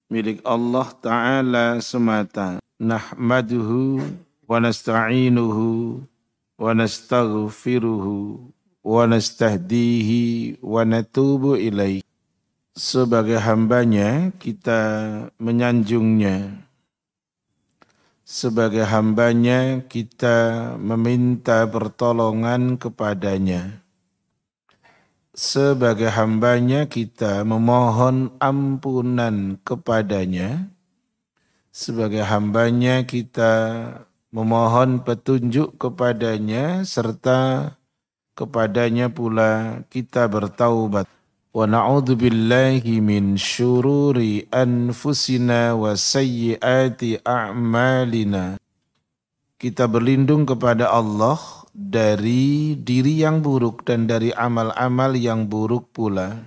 milik Allah Ta'ala semata. Nahmaduhu wa nasta'inuhu wa nastaghfiruhu wa nastahdihi wa natubu ilaih. Sebagai hambanya kita menyanjungnya. Sebagai hambanya kita meminta pertolongan kepadanya. Sebagai hambanya kita memohon ampunan kepadanya. Sebagai hambanya kita memohon petunjuk kepadanya serta kepadanya pula kita bertaubat. Wa na'udzu billahi min syururi anfusina wa sayyiati a'malina. Kita berlindung kepada Allah dari diri yang buruk dan dari amal-amal yang buruk pula.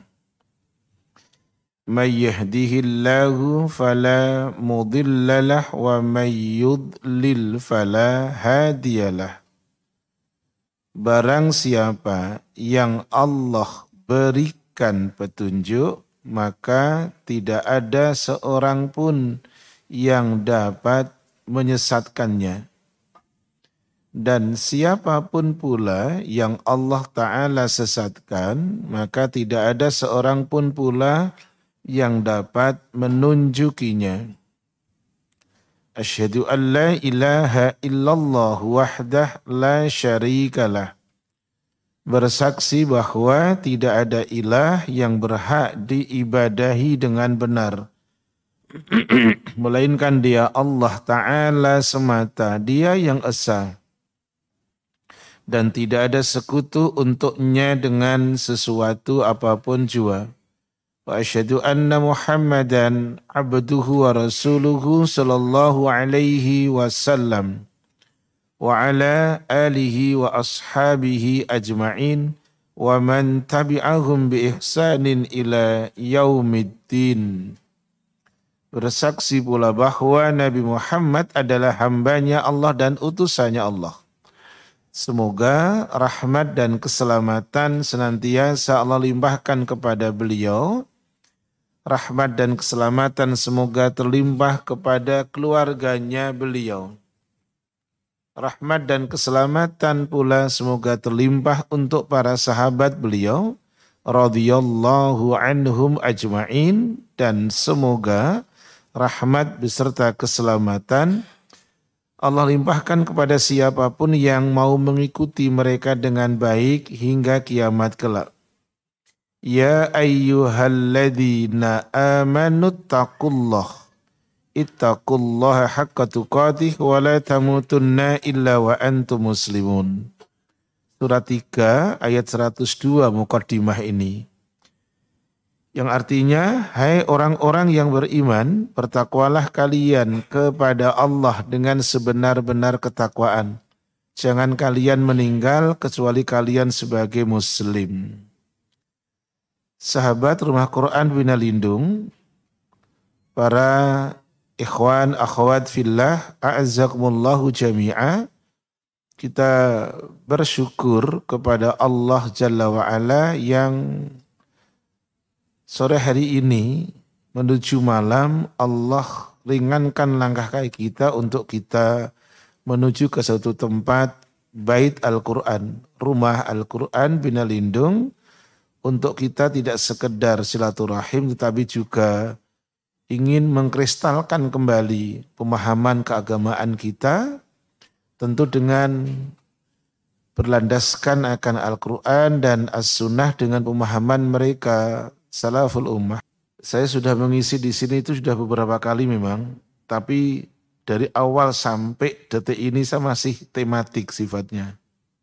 May yahdihillahu fala mudhillalah wa may yudlil fala hadiyalah. Barang siapa yang Allah berikan petunjuk, maka tidak ada seorang pun yang dapat menyesatkannya. Dan siapapun pula yang Allah Ta'ala sesatkan, maka tidak ada seorang pun pula yang dapat menunjukinya. Asyhadu an la ilaha illallah wahdah la syarikalah. Bersaksi bahwa tidak ada ilah yang berhak diibadahi dengan benar. Melainkan dia Allah Ta'ala semata, dia yang esa. Dan tidak ada sekutu untuknya dengan sesuatu apapun jua. Wa asyhadu anna Muhammadan abduhu wa rasuluhu sallallahu alaihi wasallam wa ala alihi wa ashabihi ajma'in wa man tabi'ahum bi ihsanin ila yaumiddin. Bersaksi pula bahwa Nabi Muhammad adalah hambanya Allah dan utusannya Allah. Semoga rahmat dan keselamatan senantiasa Allah limpahkan kepada beliau. Rahmat dan keselamatan semoga terlimpah kepada keluarganya beliau. Rahmat dan keselamatan pula semoga terlimpah untuk para sahabat beliau. Radhiyallahu anhum ajma'in. Dan semoga rahmat beserta keselamatan Allah limpahkan kepada siapapun yang mau mengikuti mereka dengan baik hingga kiamat kelak. Ya ayyuhalladzina amanu ittaqullaha haqqa tuqatih wa la tamutunna illa wa antum muslimun. Surat 3 ayat 102 muqaddimah ini. Yang artinya, hai orang-orang yang beriman, bertakwalah kalian kepada Allah dengan sebenar-benar ketakwaan. Jangan kalian meninggal kecuali kalian sebagai muslim. Sahabat Rumah Quran Bina Lindung, para ikhwan akhwat fillah, a'azzakumullahu jami'a, kita bersyukur kepada Allah Jalla wa'ala yang sore hari ini menuju malam Allah ringankan langkah kaki kita untuk kita menuju ke suatu tempat Bait Al-Quran, Rumah Al-Quran Bina Lindung, untuk kita tidak sekedar silaturahim tetapi juga ingin mengkristalkan kembali pemahaman keagamaan kita, tentu dengan berlandaskan akan Al-Quran dan As-Sunnah dengan pemahaman mereka salaful ummah. Saya sudah mengisi di sini itu sudah beberapa kali memang, tapi dari awal sampai detik ini saya masih tematik sifatnya.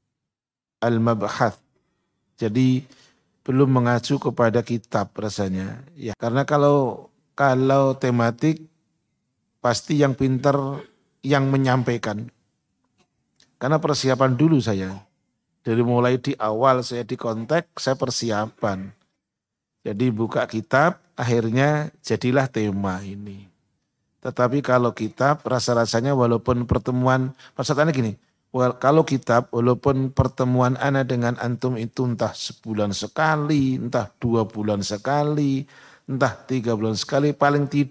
Al-Mabhath. Jadi belum mengacu kepada kitab rasanya. Ya, karena kalau tematik pasti yang pintar yang menyampaikan. Karena persiapan dulu saya. Dari mulai di awal saya di kontak, saya persiapan. Jadi buka kitab, akhirnya jadilah tema ini. Tetapi kalau kitab, rasa-rasanya walaupun pertemuan, maksudnya gini, kalau kitab, walaupun pertemuan ana dengan antum itu entah sebulan sekali, entah 2 bulan sekali, entah 3 bulan sekali, paling tidak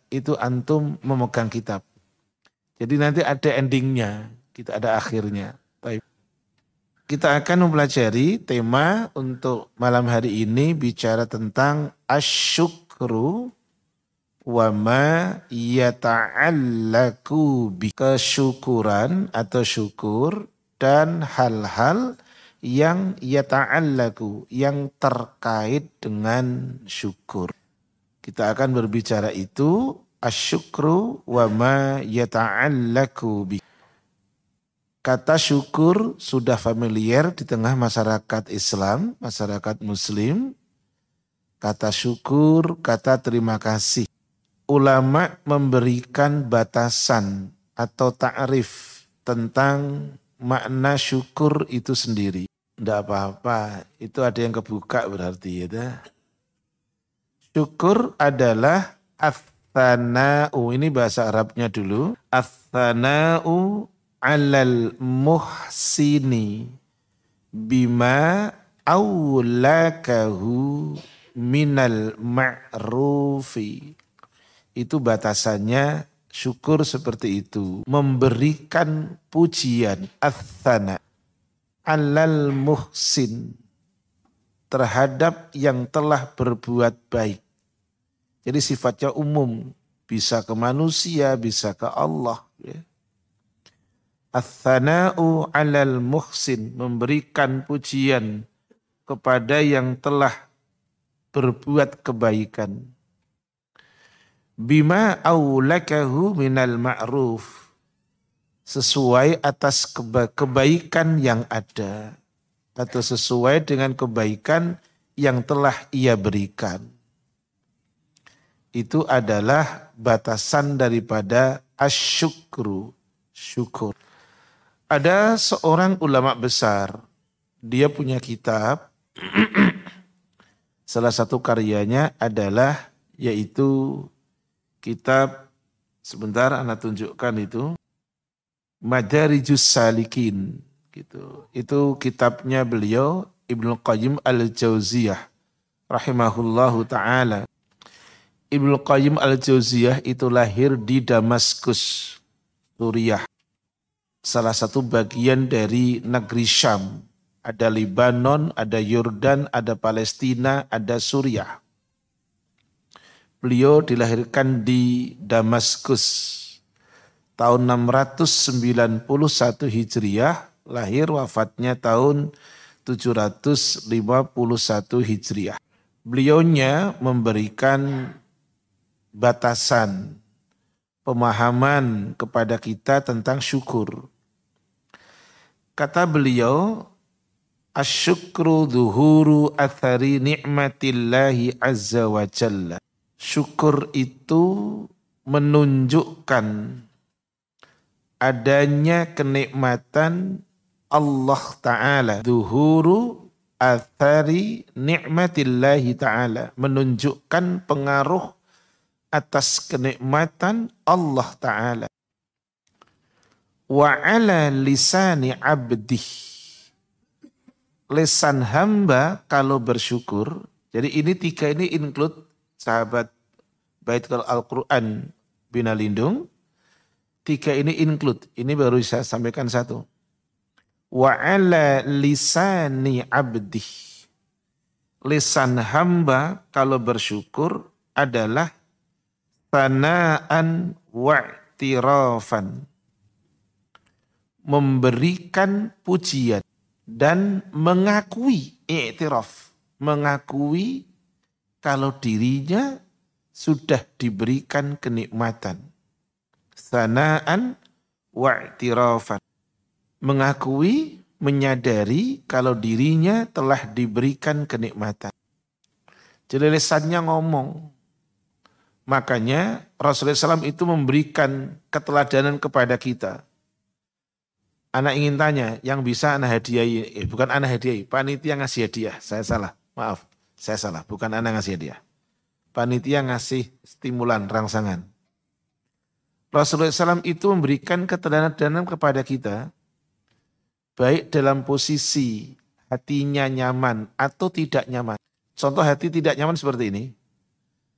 itu antum memegang kitab. Jadi nanti ada endingnya, kita ada akhirnya. Baik. Kita akan mempelajari tema untuk malam hari ini bicara tentang asyukru wa ma yata'allaku bi, kesyukuran atau syukur dan hal-hal yang yata'allaku, yang terkait dengan syukur. Kita akan berbicara itu asyukru wa ma yata'allaku bi. Kata syukur sudah familiar di tengah masyarakat Islam, masyarakat Muslim. Kata syukur, kata terima kasih. Ulama memberikan batasan atau ta'rif tentang makna syukur itu sendiri. Tidak apa-apa, itu ada yang kebuka berarti ya. Syukur adalah ats-tsana'u, ini bahasa Arabnya dulu. Ats-tsana'u 'alal muhsini bima aulakahu minal ma'rufi. Itu batasannya syukur seperti itu. Memberikan pujian, ats-tsana, 'alal muhsin, terhadap yang telah berbuat baik. Jadi sifatnya umum, bisa ke manusia, bisa ke Allah. Ya. Ats-tsana'u 'alal muhsin, memberikan pujian kepada yang telah berbuat kebaikan. Bima aulakahu minal ma'ruf, sesuai atas kebaikan yang ada atau sesuai dengan kebaikan yang telah ia berikan. Itu adalah batasan daripada asyukru, syukur. Ada seorang ulama besar, dia punya kitab, salah satu karyanya adalah yaitu kitab, sebentar anak tunjukkan itu, Madarijus Salikin gitu. Itu kitabnya beliau Ibnu Qayyim Al-Jauziyah rahimahullahu taala. Ibnu Qayyim Al-Jauziyah itu lahir di Damaskus, Suriah. Salah satu bagian dari negeri Syam. Ada Libanon, ada Yordan, ada Palestina, ada Suriah. Beliau dilahirkan di Damaskus tahun 691 Hijriah, lahir wafatnya tahun 751 Hijriah. Beliaunya memberikan batasan pemahaman kepada kita tentang syukur. Kata beliau, asyukru dhuhuru athari ni'matillahi azza wa jalla. Syukur itu menunjukkan adanya kenikmatan Allah Ta'ala. Dhuhuru athari ni'matillahi Ta'ala. Menunjukkan pengaruh atas kenikmatan Allah Ta'ala. Wa ala lisani abdih. Lisan hamba kalau bersyukur. Jadi ini tiga ini include sahabat Baitul Al-Quran Bina Lindung. Tiga ini include. Ini baru saya sampaikan satu. Wa ala lisani abdih. Lisan hamba kalau bersyukur adalah thana'an wa'tirafan. Memberikan pujian dan mengakui, i'tiraf. Mengakui kalau dirinya sudah diberikan kenikmatan. Thana'an wa'tirafan. Mengakui, menyadari kalau dirinya telah diberikan kenikmatan. Jadi lisannya ngomong. Makanya Rasulullah SAW itu memberikan keteladanan kepada kita. Anak ingin tanya, yang bisa anak hadiahi, bukan anak hadiahi, panitia ngasih hadiah. Saya salah, maaf, saya salah, bukan anak ngasih hadiah. Panitia ngasih stimulan, rangsangan. Rasulullah SAW itu memberikan keteladanan kepada kita, baik dalam posisi hatinya nyaman atau tidak nyaman. Contoh hati tidak nyaman seperti ini.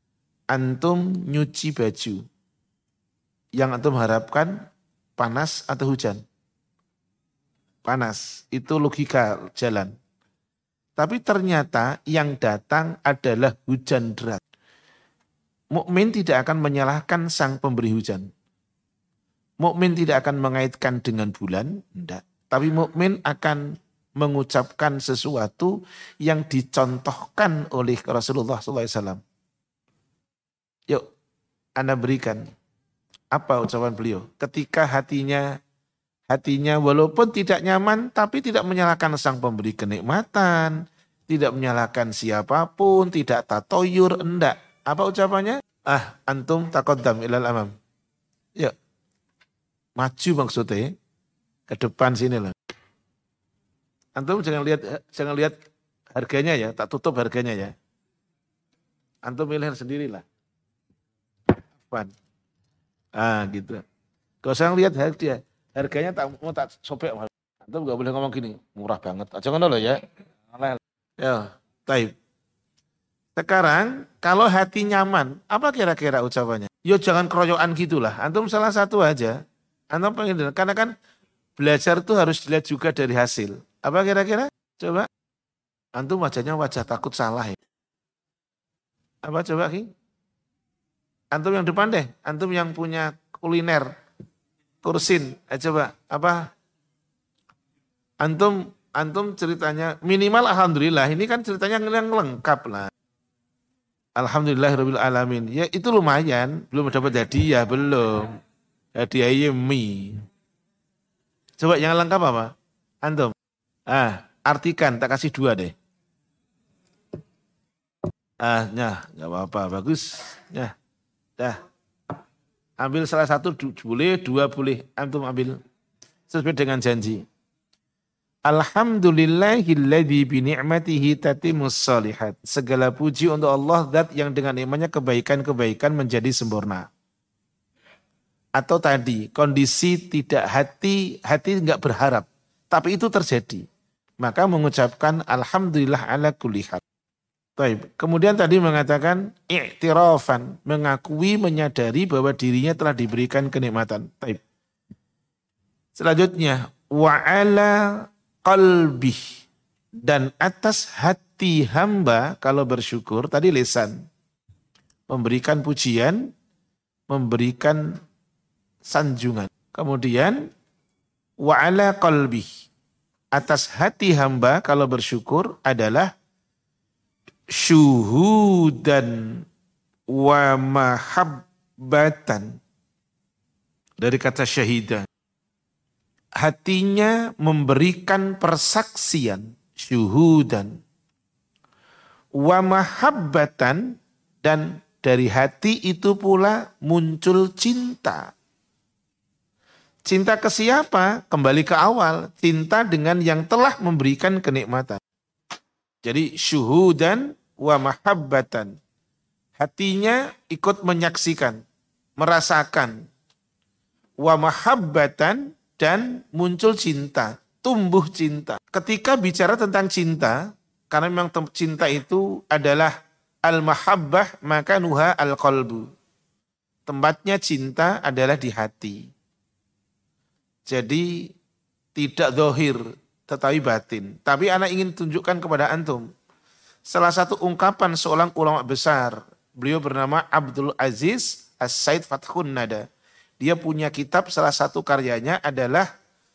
antum nyuci baju. Yang antum harapkan panas atau hujan? Panas, itu logika jalan. Tapi ternyata yang datang adalah hujan deras. Mukmin tidak akan menyalahkan sang pemberi hujan. Mukmin tidak akan mengaitkan dengan bulan, enggak. Tapi mukmin akan mengucapkan sesuatu yang dicontohkan oleh Rasulullah SAW. Yuk, Anda berikan. Apa ucapan beliau? Ketika hatinya walaupun tidak nyaman, tapi tidak menyalahkan sang pemberi kenikmatan, tidak menyalahkan siapapun, tidak tatoyur, enggak. Apa ucapannya? Antum taqaddam ilal amam. Yuk, maju maksudnya, ke depan sini lah. Antum jangan lihat harganya ya, tak tutup harganya ya. Antum milih sendirilah. Apaan? Gitu. Kalau saya lihat harganya tak sobek. Antum gak boleh ngomong gini, murah banget. Jangan dulu ya. Ya, taib. Sekarang kalau hati nyaman, apa kira-kira ucapannya? Yo jangan keroyokan gitulah. Antum salah satu aja. Antum pengen, karena kan belajar itu harus dilihat juga dari hasil. Apa kira-kira? Coba. Antum wajahnya wajah takut salah ya. Apa coba Ki? Antum yang depan deh. Antum yang punya kuliner. Kursin. Coba. Apa? Antum ceritanya minimal alhamdulillah. Ini kan ceritanya yang lengkap lah. Alhamdulillahirabbil alamin. Ya itu lumayan. Belum dapat hadiah. Belum. Hadiahnya mie. Coba yang lengkap apa? Antum. Artikan. Tak kasih 2 deh. Gak apa-apa. Bagus. Dah. Ambil salah satu boleh, 2 boleh. Antum ambil. Sesuai dengan janji. Alhamdulillahilladzi bini'matihi tatimmus shalihat. Segala puji untuk Allah zat yang dengan nikmatnya kebaikan-kebaikan menjadi sempurna. Atau tadi kondisi tidak hati enggak berharap, tapi itu terjadi. Maka mengucapkan alhamdulillah ala kulli hal. Baik. Kemudian tadi mengatakan i'tirafan, mengakui, menyadari bahwa dirinya telah diberikan kenikmatan. Baik. Selanjutnya wa ala qalbi, dan atas hati hamba kalau bersyukur, tadi lisan memberikan pujian, memberikan sanjungan. Kemudian wa ala qalbi, atas hati hamba kalau bersyukur adalah syuhudan wa mahabbatan, dari kata syahidah. Hatinya memberikan persaksian, syuhudan, wa mahabbatan, dan dari hati itu pula muncul cinta. Cinta ke siapa? Kembali ke awal, cinta dengan yang telah memberikan kenikmatan. Jadi syuhudan wa mahabbatan. Hatinya ikut menyaksikan, merasakan. Wa mahabbatan, dan muncul cinta, tumbuh cinta. Ketika bicara tentang cinta, karena memang cinta itu adalah al-mahabbah, maka nuha al-qalbu. Tempatnya cinta adalah di hati. Jadi tidak zahir, tetapi batin. Tapi anak ingin tunjukkan kepada antum. Salah satu ungkapan seorang ulama besar, beliau bernama Abdul Aziz As-Said Fathun Nada. Dia punya kitab, salah satu karyanya adalah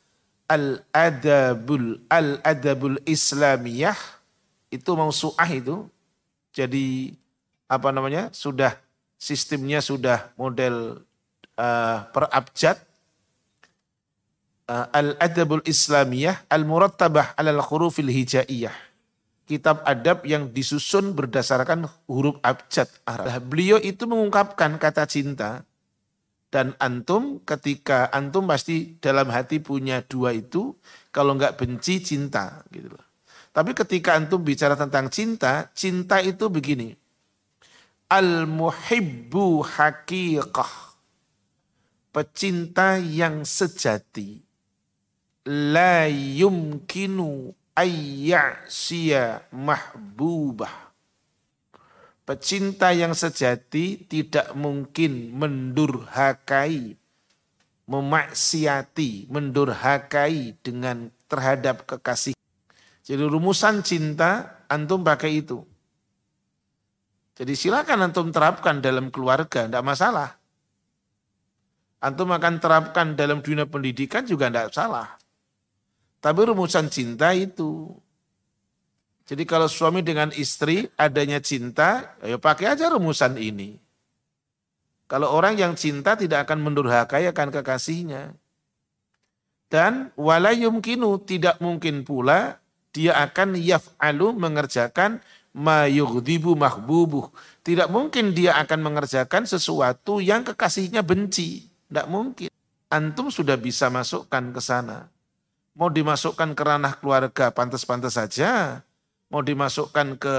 Al-Adabul Islamiyah. Itu mausu'ah itu. Jadi sudah sistemnya sudah model per abjad. Al-Adabul Islamiyah Al-Murattabah alal Khurufil Hijaiyah. Kitab adab yang disusun berdasarkan huruf abjad Arab. Beliau itu mengungkapkan kata cinta. Dan antum, ketika antum pasti dalam hati punya 2 itu, kalau enggak benci, cinta. Gitu loh. Tapi ketika antum bicara tentang cinta, cinta itu begini. Al-muhibbu haqiqah. Pecinta yang sejati. La yumkinu ayya'siya mahbubah. Pecinta yang sejati tidak mungkin mendurhakai, memaksiati, mendurhakai dengan terhadap kekasih. Jadi rumusan cinta antum pakai itu. Jadi silakan antum terapkan dalam keluarga, tidak masalah. Antum akan terapkan dalam dunia pendidikan juga tidak salah. Tapi rumusan cinta itu. Jadi kalau suami dengan istri adanya cinta, ya pakai aja rumusan ini. Kalau orang yang cinta tidak akan mendurhakai akan kekasihnya. Dan wala yumkinu, tidak mungkin pula dia akan yaf'alu, mengerjakan ma yughdibu mahbubuh. Tidak mungkin dia akan mengerjakan sesuatu yang kekasihnya benci. Tidak mungkin. Antum sudah bisa masukkan ke sana. Mau dimasukkan ke ranah keluarga pantas-pantas saja. Mau dimasukkan ke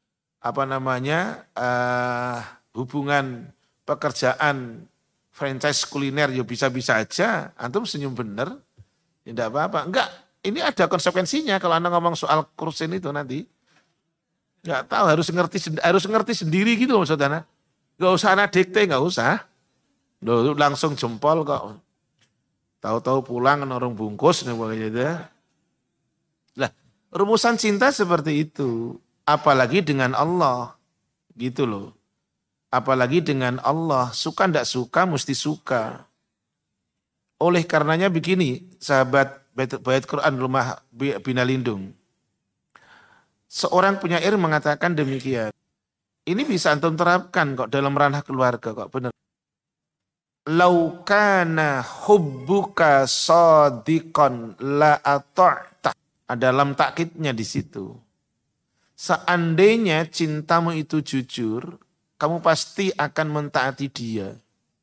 hubungan pekerjaan franchise kuliner ya bisa-bisa aja. Antum senyum bener, ya enggak apa-apa. Enggak, ini ada konsekuensinya kalau Anda ngomong soal kursin itu nanti. Enggak tahu, harus ngerti sendiri gitu maksudnya. Enggak usah anak dikte, enggak usah. Loh, langsung jempol kok. Tahu-tahu pulang orang bungkus nih gitu. Lah, rumusan cinta seperti itu, apalagi dengan Allah, gitu loh. Apalagi dengan Allah, suka ndak suka mesti suka. Oleh karenanya begini, sahabat bait Quran Rumah Bina Lindung. Seorang penyair mengatakan demikian. Ini bisa antum terapkan kok dalam ranah keluarga kok, benar. Lau kana hubbuka shadiqan la ata'ta. Dalam takkidnya di situ. Seandainya cintamu itu jujur, kamu pasti akan mentaati dia.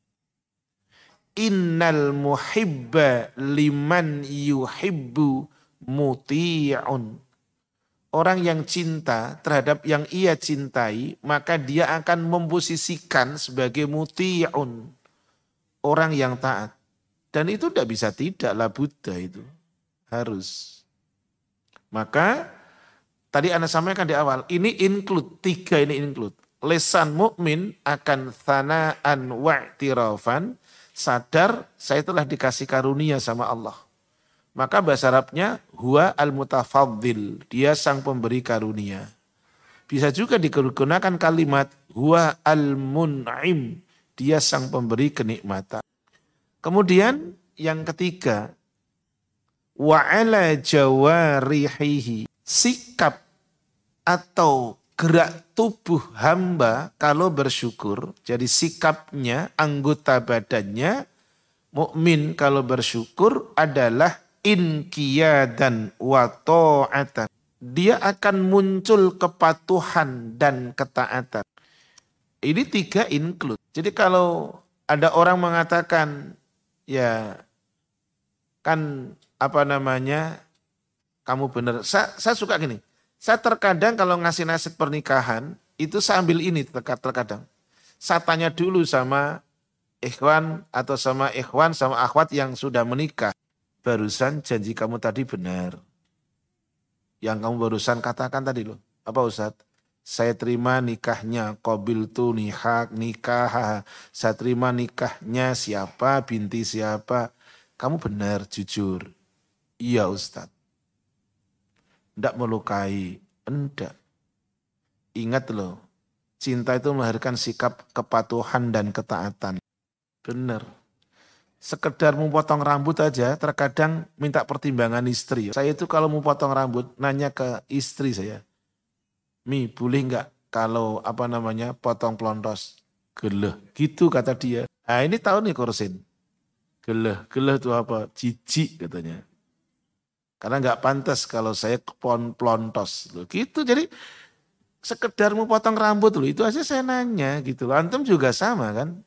Innal muhibba liman yuhibbu muti'un. Orang yang cinta terhadap yang ia cintai, maka dia akan memposisikan sebagai muti'un. Orang yang taat. Dan itu tidak bisa tidak, la Buddha itu. Harus. Maka tadi Anda sampaikan di awal, ini include, 3 ini include. Lesan mukmin akan thanaan wa'tirafan, sadar saya telah dikasih karunia sama Allah. Maka bahasa Arabnya huwa al-mutafaddil, dia sang pemberi karunia. Bisa juga digunakan kalimat huwa al-mun'im, dia sang pemberi kenikmatan. Kemudian yang ketiga, wa ala jawarihihi, sikap atau gerak tubuh hamba kalau bersyukur. Jadi sikapnya, anggota badannya, mukmin kalau bersyukur adalah inqiyadan wa ta'atan. Dia akan muncul kepatuhan dan ketaatan. Ini 3 include. Jadi kalau ada orang mengatakan, ya kan kamu benar. Saya suka gini, saya terkadang kalau ngasih nasihat pernikahan, itu saya ambil ini terkadang. Saya tanya dulu sama ikhwan atau sama akhwat yang sudah menikah. Barusan janji kamu tadi benar. Yang kamu barusan katakan tadi loh. Apa Ustadz? Saya terima nikahnya, qabil tu nikah, saya terima nikahnya siapa, binti siapa. Kamu benar, jujur. Iya Ustadz. Enggak melukai, enggak. Ingat loh, cinta itu melahirkan sikap kepatuhan dan ketaatan. Benar. Sekedar mau potong rambut aja, terkadang minta pertimbangan istri. Saya itu kalau mau potong rambut, nanya ke istri saya. Mi, boleh enggak kalau potong pelontos? Geleh, gitu kata dia. Nah ini tahu nih kursin. Geleh itu apa? Jijik katanya. Karena enggak pantas kalau saya pelontos. Gitu, jadi sekedar mau potong rambut loh, itu aja saya nanya gitu. Antum juga sama kan?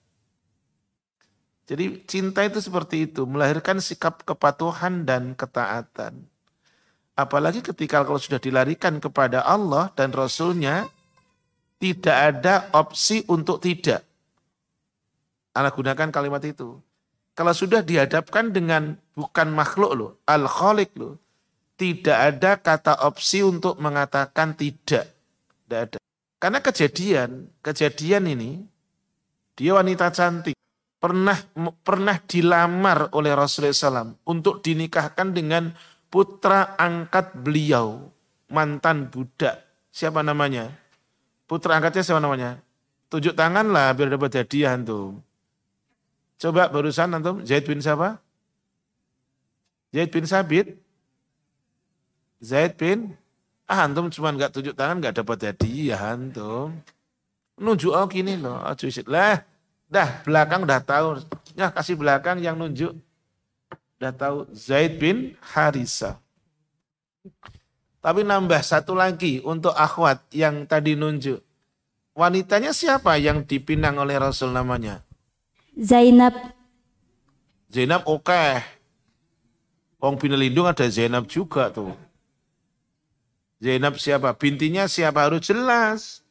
Jadi cinta itu seperti itu, melahirkan sikap kepatuhan dan ketaatan. Apalagi ketika kalau sudah dilarikan kepada Allah dan Rasulnya, tidak ada opsi untuk tidak. Anak gunakan kalimat itu. Kalau sudah dihadapkan dengan bukan makhluk loh, al-khaliq loh, tidak ada kata opsi untuk mengatakan tidak. Tidak ada. Karena kejadian ini, dia wanita cantik, pernah dilamar oleh Rasulullah SAW untuk dinikahkan dengan putra angkat beliau, mantan budak. Siapa namanya? Putra angkatnya siapa namanya? Tunjuk tangan lah biar dapat hadiah antum. Coba barusan antum, Zaid bin siapa? Zaid bin Sabit? Zaid bin? Antum cuma nggak tunjuk tangan nggak dapat hadiah antum. Nunjuk oh gini loh, lah, dah belakang udah tahu. Ya kasih belakang yang nunjuk. Udah tahu Zaid bin Harisa. Tapi nambah satu lagi untuk akhwat yang tadi nunjuk. Wanitanya siapa yang dipinang oleh Rasul namanya? Zainab. Zainab oke. Wong Pinelindung ada Zainab juga tuh. Zainab siapa? Bintinya siapa? Harus jelas.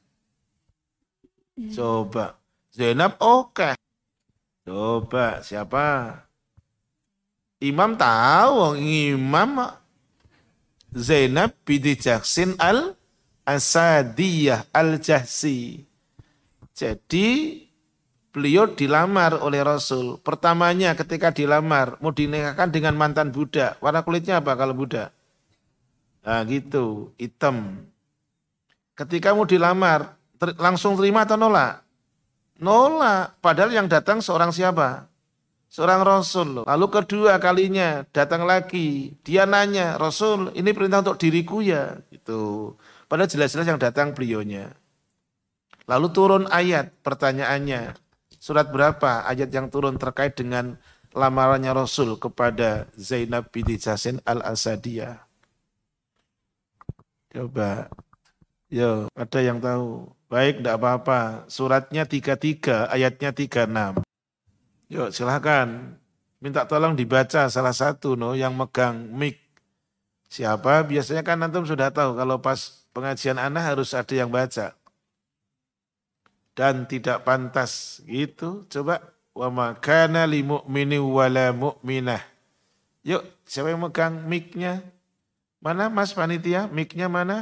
Coba. Zainab oke. Coba siapa? Imam tahu, Imam Zainab binti Jahsin al-Asadiyah al-Jahsi. Jadi beliau dilamar oleh Rasul. Pertamanya ketika dilamar, mau dinikahkan dengan mantan budak. Warna kulitnya apa kalau budak? Nah gitu, hitam. Ketika mau dilamar, langsung terima atau nolak? Nolak. Padahal yang datang seorang siapa? Seorang Rasul. Lalu kedua kalinya datang lagi. Dia nanya, Rasul ini perintah untuk diriku ya? Gitu. Padahal jelas-jelas yang datang beliaunya. Lalu turun ayat pertanyaannya. Surat berapa ayat yang turun terkait dengan lamarannya Rasul kepada Zainab binti Jahsin al-Asadiyah? Coba. Yo, ada yang tahu? Baik, tidak apa-apa. Suratnya 33, ayatnya 36. Yuk silahkan, minta tolong dibaca salah satu yang megang mic. Siapa? Biasanya kan antum sudah tahu kalau pas pengajian anak harus ada yang baca. Dan tidak pantas gitu. Coba, wa ma kana li mu'mini wala mu'minah. Yuk, siapa yang megang mic-nya? Mana Mas Panitia? Mic-nya mana?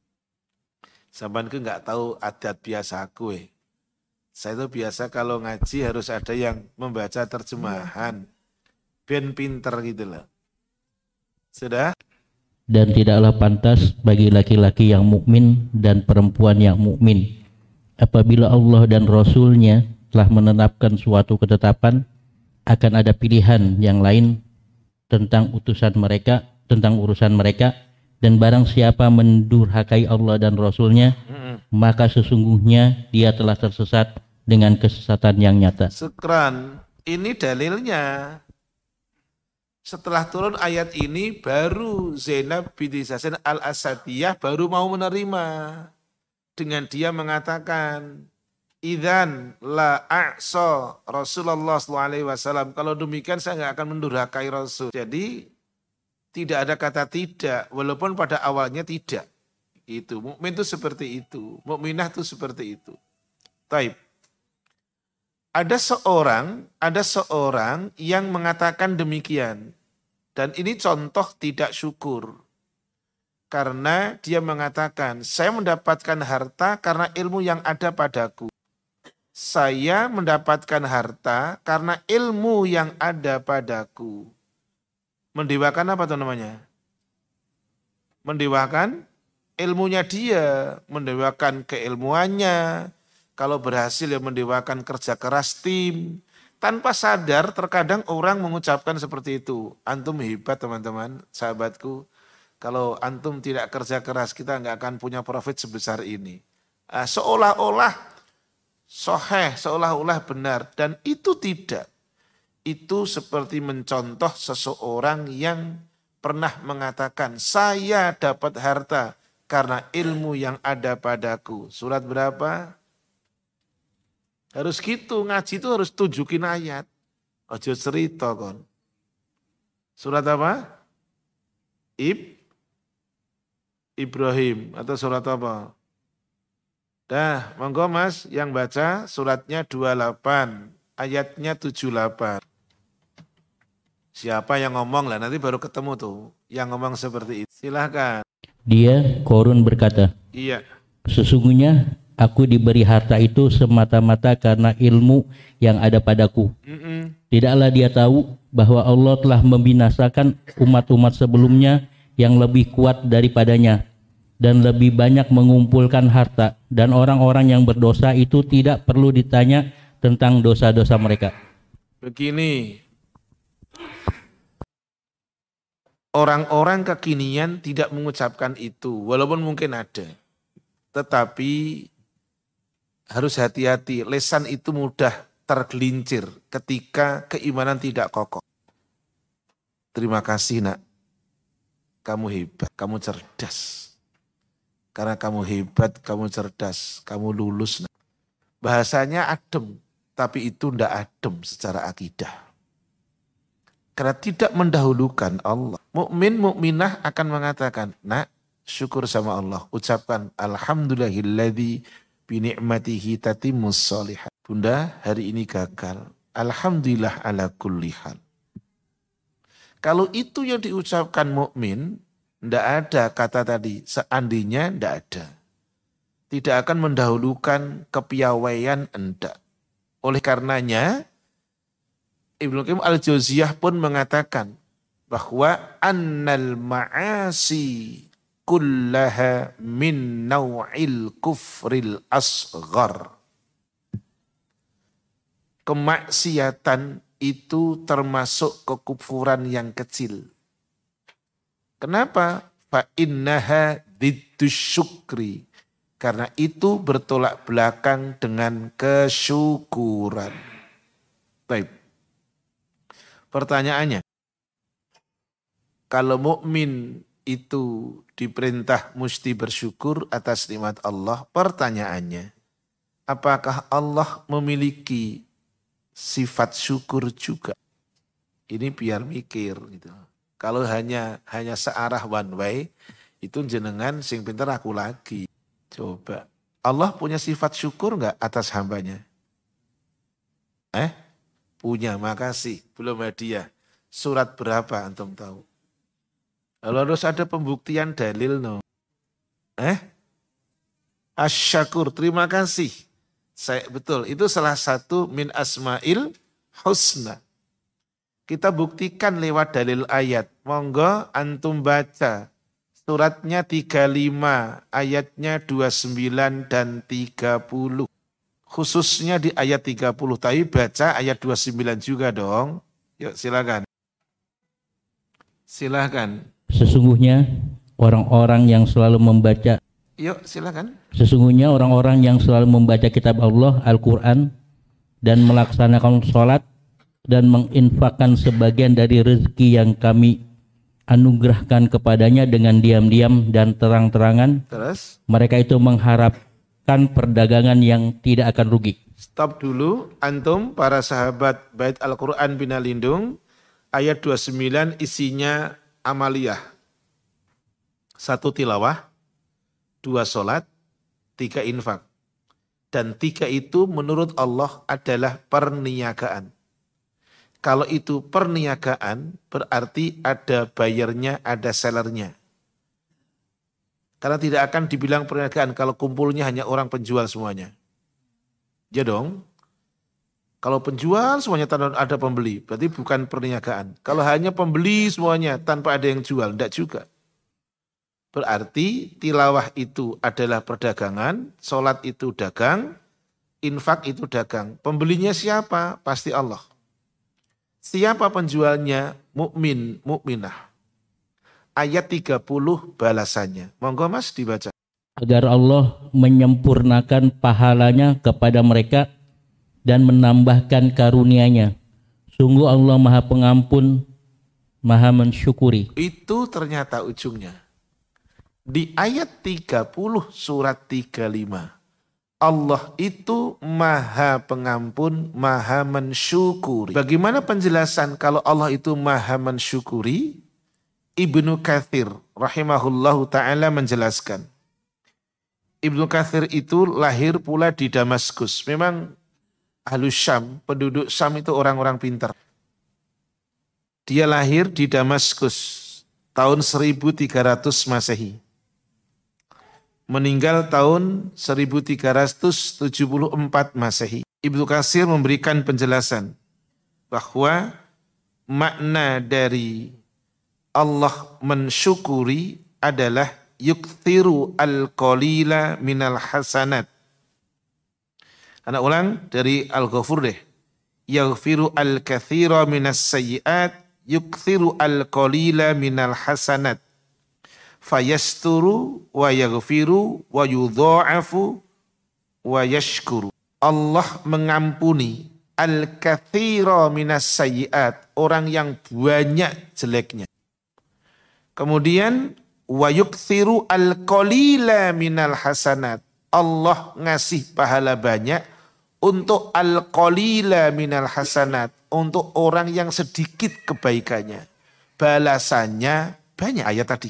Sampanku enggak tahu adat biasa aku. Saya itu biasa kalau ngaji harus ada yang membaca terjemahan. Ben pinter gitu loh. Sudah? Dan tidaklah pantas bagi laki-laki yang mukmin dan perempuan yang mukmin apabila Allah dan Rasul-Nya telah menetapkan suatu ketetapan akan ada pilihan yang lain tentang utusan mereka, tentang urusan mereka, dan barang siapa mendurhakai Allah dan Rasul-Nya, maka sesungguhnya dia telah tersesat dengan kesesatan yang nyata. Syukran. Ini dalilnya. Setelah turun ayat ini, baru Zainab binti Jahsin al-Asadiyah baru mau menerima. Dengan dia mengatakan, Idzan la a'sa Rasulullah SAW. Kalau demikian saya nggak akan mendurhakai Rasul. Jadi tidak ada kata tidak, walaupun pada awalnya tidak. Itu mukmin itu seperti itu, mukminah itu seperti itu. Taib. Ada seorang yang mengatakan demikian. Dan ini contoh tidak syukur. Karena dia mengatakan, saya mendapatkan harta karena ilmu yang ada padaku. Saya mendapatkan harta karena ilmu yang ada padaku. Mendewakan apa itu namanya? Mendewakan ilmunya dia, mendewakan keilmuannya. Kalau berhasil ya mendewakan kerja keras tim. Tanpa sadar terkadang orang mengucapkan seperti itu. Antum hebat teman-teman, sahabatku. Kalau antum tidak kerja keras kita nggak akan punya profit sebesar ini. Seolah-olah soheh, seolah-olah benar. Dan itu tidak. Itu seperti mencontoh seseorang yang pernah mengatakan, saya dapat harta karena ilmu yang ada padaku. Surat berapa? Harus gitu, ngaji itu harus tunjukin ayat. Ojo cerita kon. Surat apa? Ibrahim atau surat apa? Dah, monggo Mas yang baca suratnya 28, ayatnya 78. Siapa yang ngomong lah, nanti baru ketemu tuh yang ngomong seperti itu. Silahkan. Dia, Korun berkata, Iya. sesungguhnya aku diberi harta itu semata-mata karena ilmu yang ada padaku. Tidaklah dia tahu bahwa Allah telah membinasakan umat-umat sebelumnya yang lebih kuat daripadanya dan lebih banyak mengumpulkan harta, dan orang-orang yang berdosa itu tidak perlu ditanya tentang dosa-dosa mereka. Begini, orang-orang kekinian tidak mengucapkan itu, walaupun mungkin ada. Tetapi harus hati-hati, lisan itu mudah tergelincir ketika keimanan tidak kokoh. Terima kasih nak, kamu hebat, kamu cerdas. Karena kamu hebat, kamu cerdas, kamu lulus. Bahasanya adem, tapi itu tidak adem secara akidah. Karena tidak mendahulukan Allah. Mukmin mukminah akan mengatakan, nak, syukur sama Allah. Ucapkan alhamdulillahilladzi bi ni'matihi tatimmus shalihat. Bunda, hari ini gagal. Alhamdulillah ala kulli hal. Kalau itu yang diucapkan mukmin, tidak ada kata tadi, seandainya tidak ada. Tidak akan mendahulukan kepiawaian, enggak. Oleh karenanya, Ibnu Qayyim al-Jauziyah pun mengatakan bahwa annal ma'asi kullaha min naw'il kufril asghar. Kemaksiatan itu termasuk kekufuran yang kecil. Kenapa? Fa innaha diddus syukri. Karena itu bertolak belakang dengan kesyukuran. Baik. Pertanyaannya, kalau mukmin itu diperintah mesti bersyukur atas nikmat Allah, pertanyaannya, apakah Allah memiliki sifat syukur juga? Ini biar mikir gitu. Kalau hanya searah one way, itu jenengan sing pinter aku lagi. Coba, Allah punya sifat syukur enggak atas hambanya? Punya, makasih. Belum hadiah. Surat berapa antum tahu? Lalu harus ada pembuktian dalil no. Asyakur, terima kasih. Betul, itu salah satu min asma'il husna. Kita buktikan lewat dalil ayat. Monggo antum baca. Suratnya 35, ayatnya 29 dan 30. Khususnya di ayat 30, tapi baca ayat 29 juga dong. Yuk silakan. Silakan. Sesungguhnya orang-orang yang selalu membaca Yuk silakan. Sesungguhnya orang-orang yang selalu membaca kitab Allah, Al-Quran, dan melaksanakan sholat, dan menginfakkan sebagian dari rezeki yang kami anugerahkan kepadanya dengan diam-diam dan terang-terangan. Terus? Mereka itu mengharapkan perdagangan yang tidak akan rugi. Stop dulu, antum para sahabat Bait Al-Quran Bina Lindung, ayat 29 isinya amaliyah. 1 tilawah, 2 sholat, 3 infak. Dan 3 itu menurut Allah adalah perniagaan. Kalau itu perniagaan berarti ada bayarnya, ada sellernya. Karena tidak akan dibilang perniagaan kalau kumpulnya hanya orang penjual semuanya. Ya dong. Kalau penjual semuanya tanpa ada pembeli, berarti bukan perniagaan. Kalau hanya pembeli semuanya tanpa ada yang jual, tidak juga. Berarti tilawah itu adalah perdagangan, sholat itu dagang, infak itu dagang. Pembelinya siapa? Pasti Allah. Siapa penjualnya? Mukmin, mukminah. Ayat 30 balasannya. Monggo Mas dibaca. Agar Allah menyempurnakan pahalanya kepada mereka dan menambahkan karunia-Nya. Sungguh Allah Maha Pengampun, Maha Mensyukuri. Itu ternyata ujungnya. Di ayat 30 surat 35. Allah itu Maha Pengampun, Maha Mensyukuri. Bagaimana penjelasan kalau Allah itu Maha Mensyukuri? Ibnu Katsir rahimahullahu ta'ala menjelaskan. Ibnu Katsir itu lahir pula di Damaskus. Memang Ahlus Syam, penduduk Syam itu orang-orang pintar. Dia lahir di Damaskus tahun 1300 Masehi. meninggal tahun 1374 Masehi. Ibnu Katsir memberikan penjelasan bahwa makna dari Allah mensyukuri adalah yukthiru al-qalila minal hasanat. Anak ulang dari Al-Ghafur deh. Yaghfiru al-kathira minas sayyiat, yukthiru al-qalila minal hasanat. Fayasturu wa yaghfiru wa yudha'afu wa yashkuru. Allah mengampuni al-kathira minas sayyiat, orang yang banyak jeleknya. Kemudian wa yukthiru al-qalila minal hasanat. Allah ngasih pahala banyak untuk al-qalila minal hasanat, untuk orang yang sedikit kebaikannya. Balasannya banyak, ayat tadi.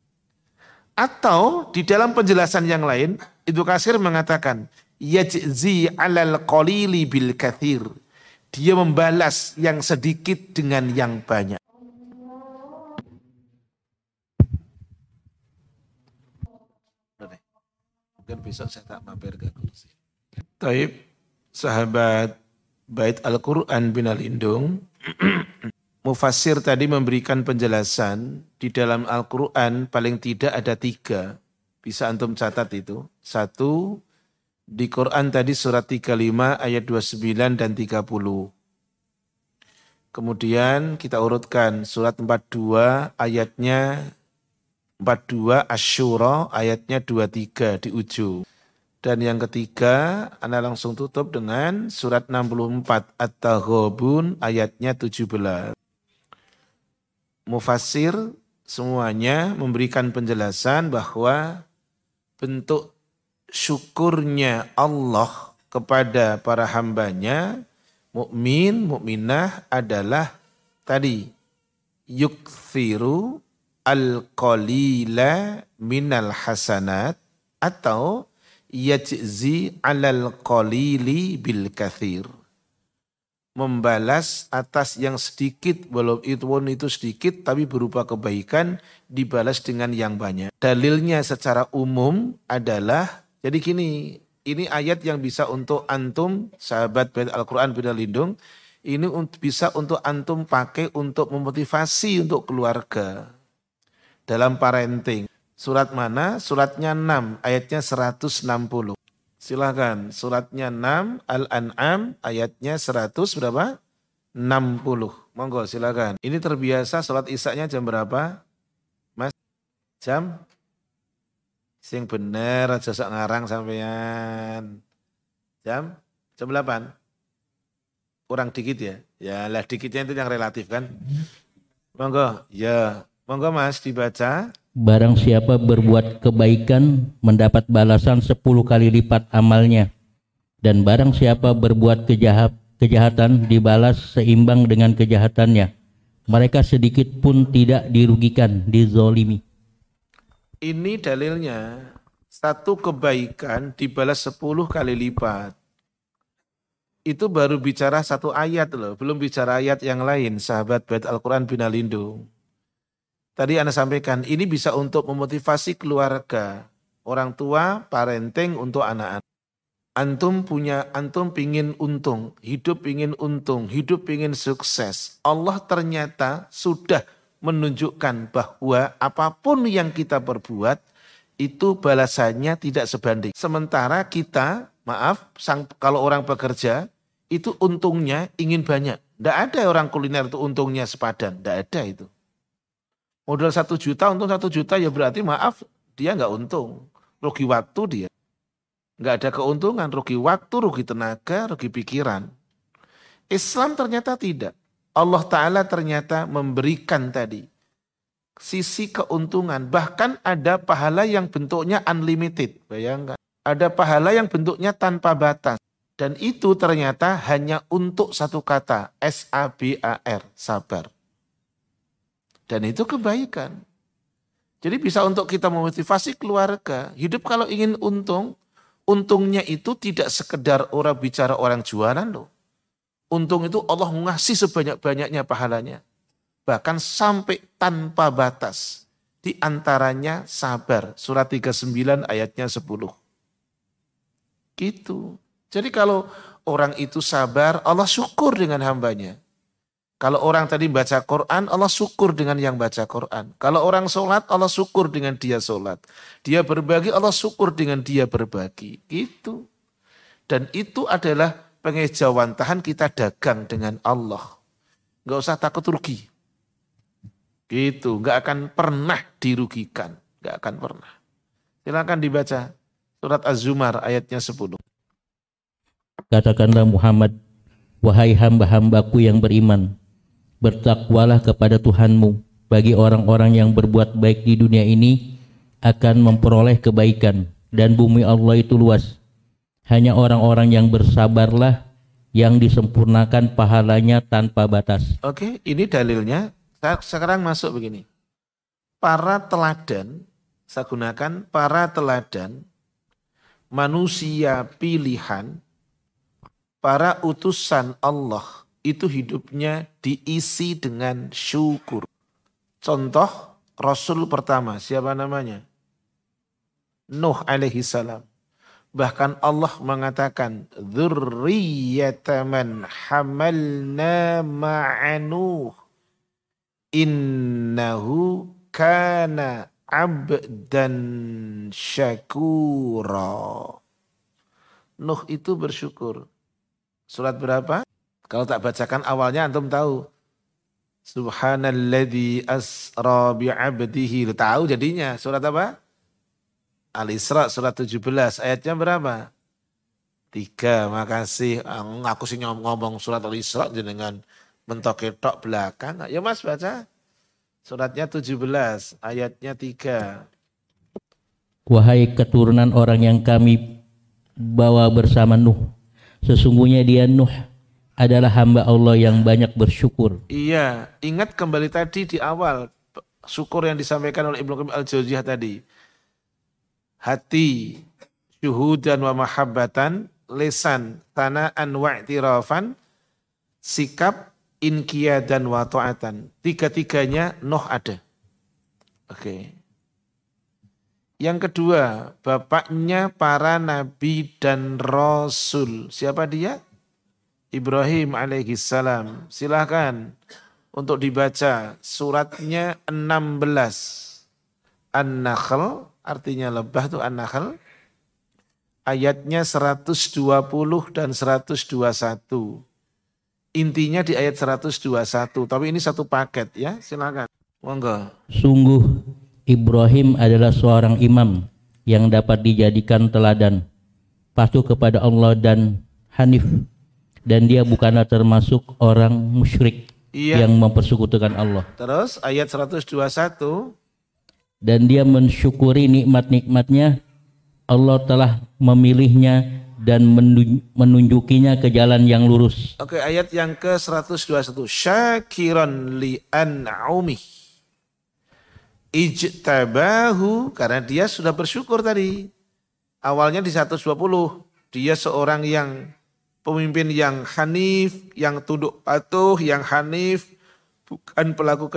Atau di dalam penjelasan yang lain, Ibnu Katsir mengatakan yajzi 'alal qalili bil katsir. Dia membalas yang sedikit dengan yang banyak. Mungkin besok saya tak mampir ke kursi. Taib, sahabat Bait Al-Quran Binalindung, Mufassir tadi memberikan penjelasan di dalam Al-Quran paling tidak ada 3. Bisa antum catat itu. 1, di Quran tadi surat 35 ayat 29 dan 30. Kemudian kita urutkan surat 42 ayatnya 42 Asy-Syura ayatnya 23 di ujung. Dan yang ketiga, Anda langsung tutup dengan surat 64 At-Taghabun ayatnya 17. Mufassir semuanya memberikan penjelasan bahwa bentuk syukurnya Allah kepada para hambanya, mukmin, mukminah adalah tadi yukthiru al-qalila minal hasanat atau yajzi alal qalili bil kathir. Membalas atas yang sedikit, walaupun itu sedikit tapi berupa kebaikan, dibalas dengan yang banyak. Dalilnya secara umum adalah, jadi gini, ini ayat yang bisa untuk antum, sahabat Bait Al-Quran Binalindung, ini bisa untuk antum pakai untuk memotivasi untuk keluarga. Dalam parenting. Surat mana? Suratnya 6, ayatnya 160. Silakan, suratnya 6, Al-An'am, ayatnya 100 berapa? 60. Monggo silakan. Ini terbiasa sholat isya-nya jam berapa? Mas? Jam? Sing bener, aja sok ngarang sampean. Jam? Jam 8? Kurang dikit ya? Ya lah dikitnya itu yang relatif kan? Monggo, ya. Monggo Mas dibaca. Barang siapa berbuat kebaikan mendapat balasan 10 kali lipat amalnya. Dan barang siapa berbuat kejahatan dibalas seimbang dengan kejahatannya. Mereka sedikit pun tidak dirugikan, dizolimi. Ini dalilnya, satu kebaikan dibalas 10 kali lipat. Itu baru bicara satu ayat loh, belum bicara ayat yang lain, sahabat Bait Al-Quran Binalindung. Tadi Anda sampaikan, ini bisa untuk memotivasi keluarga, orang tua, parenting untuk anak-anak. Antum pingin untung, hidup pingin sukses. Allah ternyata sudah menunjukkan bahwa apapun yang kita perbuat, itu balasannya tidak sebanding. Sementara kita, kalau orang bekerja, itu untungnya ingin banyak. Tidak ada orang kuliner itu untungnya sepadan, tidak ada itu. Modal 1 juta, untung 1 juta ya berarti dia nggak untung. Rugi waktu dia. Nggak ada keuntungan, rugi waktu, rugi tenaga, rugi pikiran. Islam ternyata tidak. Allah Ta'ala ternyata memberikan tadi sisi keuntungan. Bahkan ada pahala yang bentuknya unlimited. Bayangkan. Ada pahala yang bentuknya tanpa batas. Dan itu ternyata hanya untuk satu kata. S-A-B-A-R, sabar. Dan itu kebaikan. Jadi bisa untuk kita memotivasi keluarga. Hidup kalau ingin untung, untungnya itu tidak sekedar orang bicara orang jualan loh. Untung itu Allah ngasih sebanyak-banyaknya pahalanya. Bahkan sampai tanpa batas. Di antaranya sabar. Surat 39 ayatnya 10. Gitu. Jadi kalau orang itu sabar, Allah syukur dengan hambanya. Kalau orang tadi baca Quran, Allah syukur dengan yang baca Quran. Kalau orang sholat, Allah syukur dengan dia sholat. Dia berbagi, Allah syukur dengan dia berbagi. Gitu. Dan itu adalah pengejawantahan kita dagang dengan Allah. Gak usah takut rugi. Gitu, gak akan pernah dirugikan. Gak akan pernah. Silakan dibaca surat Az-Zumar ayatnya 10. Katakanlah Muhammad, wahai hamba-hambaku yang beriman, bertakwalah kepada Tuhanmu. Bagi orang-orang yang berbuat baik di dunia ini akan memperoleh kebaikan, dan bumi Allah itu luas. Hanya orang-orang yang bersabarlah yang disempurnakan pahalanya tanpa batas. Oke, ini dalilnya. Sekarang masuk begini. Para teladan, saya gunakan para teladan, manusia pilihan, para utusan Allah, itu hidupnya diisi dengan syukur. Contoh, Rasul pertama, siapa namanya? Nuh alaihi salam. Bahkan Allah mengatakan, dzurriyyata man hamalna ma'anuh. Innahu kana abdan syakura. Nuh itu bersyukur. Surat berapa? Kalau tak bacakan awalnya antum tahu. Subhanalladzi asra bi'abdihi. Tahu jadinya. Surat apa? Al-Isra surat 17. Ayatnya berapa? 3. Makasih. Aku sih ngomong surat Al-Isra dengan mentok-tok belakang. Ya Mas baca. Suratnya 17, ayatnya 3. Wahai keturunan orang yang kami bawa bersama Nuh, sesungguhnya dia Nuh adalah hamba Allah yang banyak bersyukur. Iya, ingat kembali tadi di awal syukur yang disampaikan oleh Ibnu Qayyim Al-Jauziyah tadi. Hati, syuhudan wa mahabbatan, lisan, tanaan wa i'tirafan, sikap, inqiyadan wa ta'atan. Tiga-tiganya Nuh ada. Oke. Yang kedua, bapaknya para nabi dan rasul. Siapa dia? Ibrahim alaihi salam. Silahkan untuk dibaca suratnya 16. An-Nahl, artinya lebah itu An-Nahl. Ayatnya 120 dan 121. Intinya di ayat 121, tapi ini satu paket ya, silakan. Monggo. Sungguh Ibrahim adalah seorang imam yang dapat dijadikan teladan, patuh kepada Allah dan hanif, dan dia bukanlah termasuk orang musyrik yang mempersekutukan Allah. Terus ayat 121. Dan dia mensyukuri nikmat-nikmatnya, Allah telah memilihnya dan menunjukinya ke jalan yang lurus. Oke, ayat yang ke-121. Syakiran li an'umih. Ijtabahu, karena dia sudah bersyukur tadi. Awalnya di 120. Dia seorang yang pemimpin yang hanif, yang tunduk patuh, yang hanif, bukan pelaku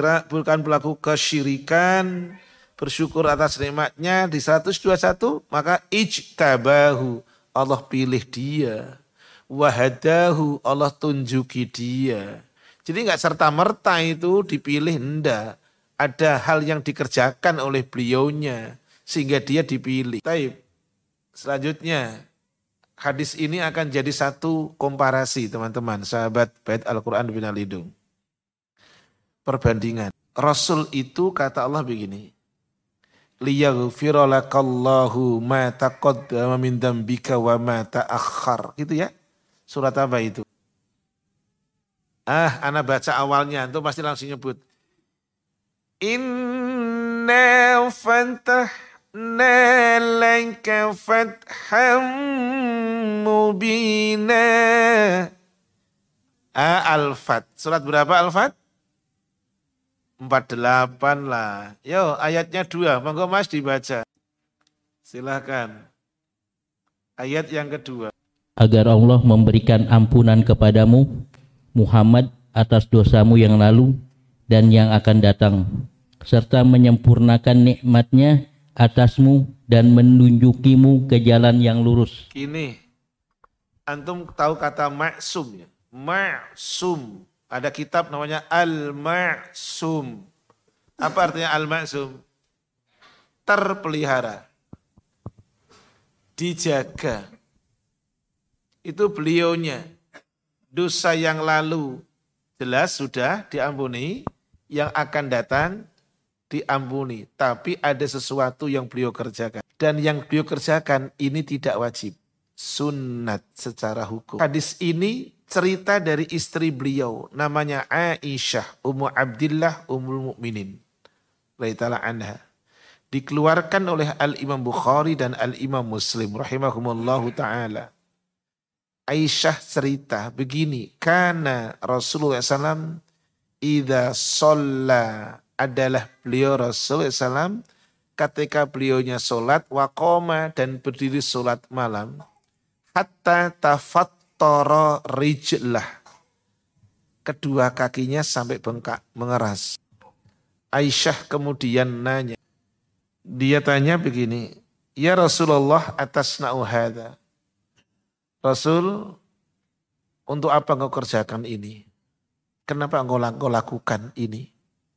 kesyirikan, bersyukur atas nikmatnya. Di 121 maka ijtabahu, Allah pilih dia. Wahadahu, Allah tunjuki dia. Jadi enggak serta-merta itu dipilih, enggak. Ada hal yang dikerjakan oleh beliaunya sehingga dia dipilih. Taib. Selanjutnya, hadis ini akan jadi satu komparasi teman-teman, sahabat Bait Al-Quran Binal Hidung. Perbandingan. Rasul itu kata Allah begini. Liyaghfira lakallahu ma taqaddama min dzambika wa ma ta'akhkhar. Gitu ya. Surat apa itu? Ana baca awalnya, itu pasti langsung nyebut. Inna fatahna laka fatham mubina. Al-Fat. Surat berapa Al-Fat? 48 lah. Yo, ayatnya 2. Monggo Mas dibaca. Silahkan. Ayat yang kedua. Agar Allah memberikan ampunan kepadamu, Muhammad, atas dosamu yang lalu dan yang akan datang. serta menyempurnakan nikmatnya atasmu dan menunjukimu ke jalan yang lurus. Ini antum tahu kata maksum ya? Maksum. Ada kitab namanya Al-Maksum. Apa artinya Al-Maksum? Terpelihara. Dijaga. Itu beliaunya. Dosa yang lalu jelas sudah diampuni, yang akan datang diampuni. Tapi ada sesuatu yang beliau kerjakan. Dan yang beliau kerjakan ini tidak wajib. Sunnat secara hukum. Hadis ini cerita dari istri beliau. Namanya Aisyah, Ummu Abdillah, Ummul Mukminin. Radhiyallahu anha. Dikeluarkan oleh Al-Imam Bukhari dan Al-Imam Muslim. Rahimahumullahu ta'ala. Aisyah cerita begini. Karena Rasulullah SAW idza sholla, adalah beliau Rasulullah SAW ketika beliaunya sholat waqoma, dan berdiri sholat malam, hatta tafattara rijlah, kedua kakinya sampai bengkak mengeras. Aisyah kemudian nanya, dia tanya begini, ya Rasulullah atasna'u hadza, Rasul, untuk apa engkau kerjakan ini? Kenapa engkau lakukan ini?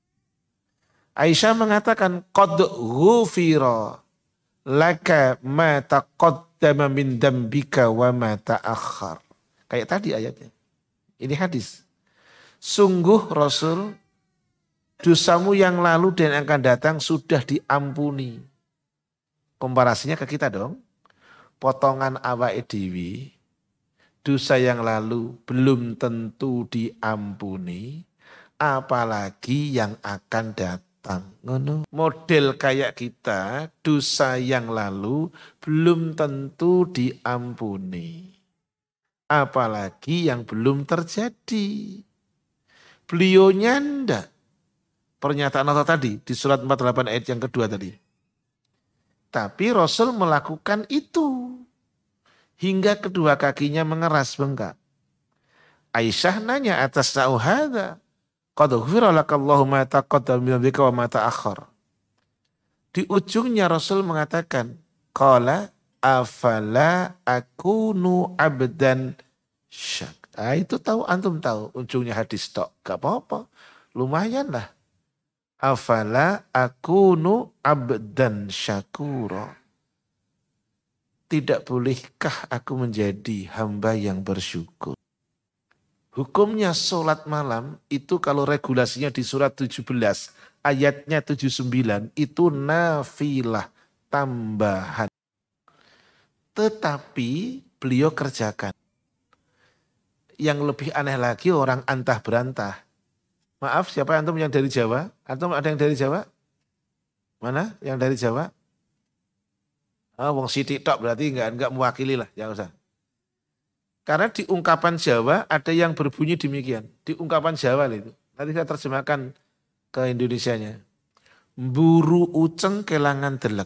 Aisyah mengatakan, qad ghufira laka ma taqaddama min dambika wa ma ta'akhkhar. Kayak tadi ayatnya. Ini hadis. Sungguh Rasul, dosamu yang lalu dan yang akan datang sudah diampuni. Komparasinya ke kita dong. Potongan awake dhewe, dosa yang lalu belum tentu diampuni, apalagi yang akan datang. Model kayak kita, dosa yang lalu belum tentu diampuni, apalagi yang belum terjadi. Beliaunya ndak. Pernyataan Allah tadi di surat 48 ayat yang kedua tadi. Tapi Rasul melakukan itu hingga kedua kakinya mengeras bengkak. Aisyah nanya atas hadza. Qad ghufira lakallahu ma taqaddama min dzambika wa ma ta'akhkhar. Di ujungnya Rasul mengatakan, qala afala akunu abdan syak. Itu tahu, antum tahu ujungnya hadis tok. Gak apa-apa. Lumayan lah. Afala akunu abdan syakura. Tidak bolehkah aku menjadi hamba yang bersyukur? Hukumnya sholat malam itu kalau regulasinya di surat 17 ayatnya 79 itu nafilah, tambahan. Tetapi beliau kerjakan. Yang lebih aneh lagi orang antah berantah. Maaf, siapa antum yang dari Jawa? Antum ada yang dari Jawa? Mana yang dari Jawa? Wong Sidik tok berarti enggak mewakili lah, jangan usah. Karena di ungkapan Jawa ada yang berbunyi demikian. Di ungkapan Jawa itu. Nanti saya terjemahkan ke Indonesianya. Mburu uceng kelangan delek.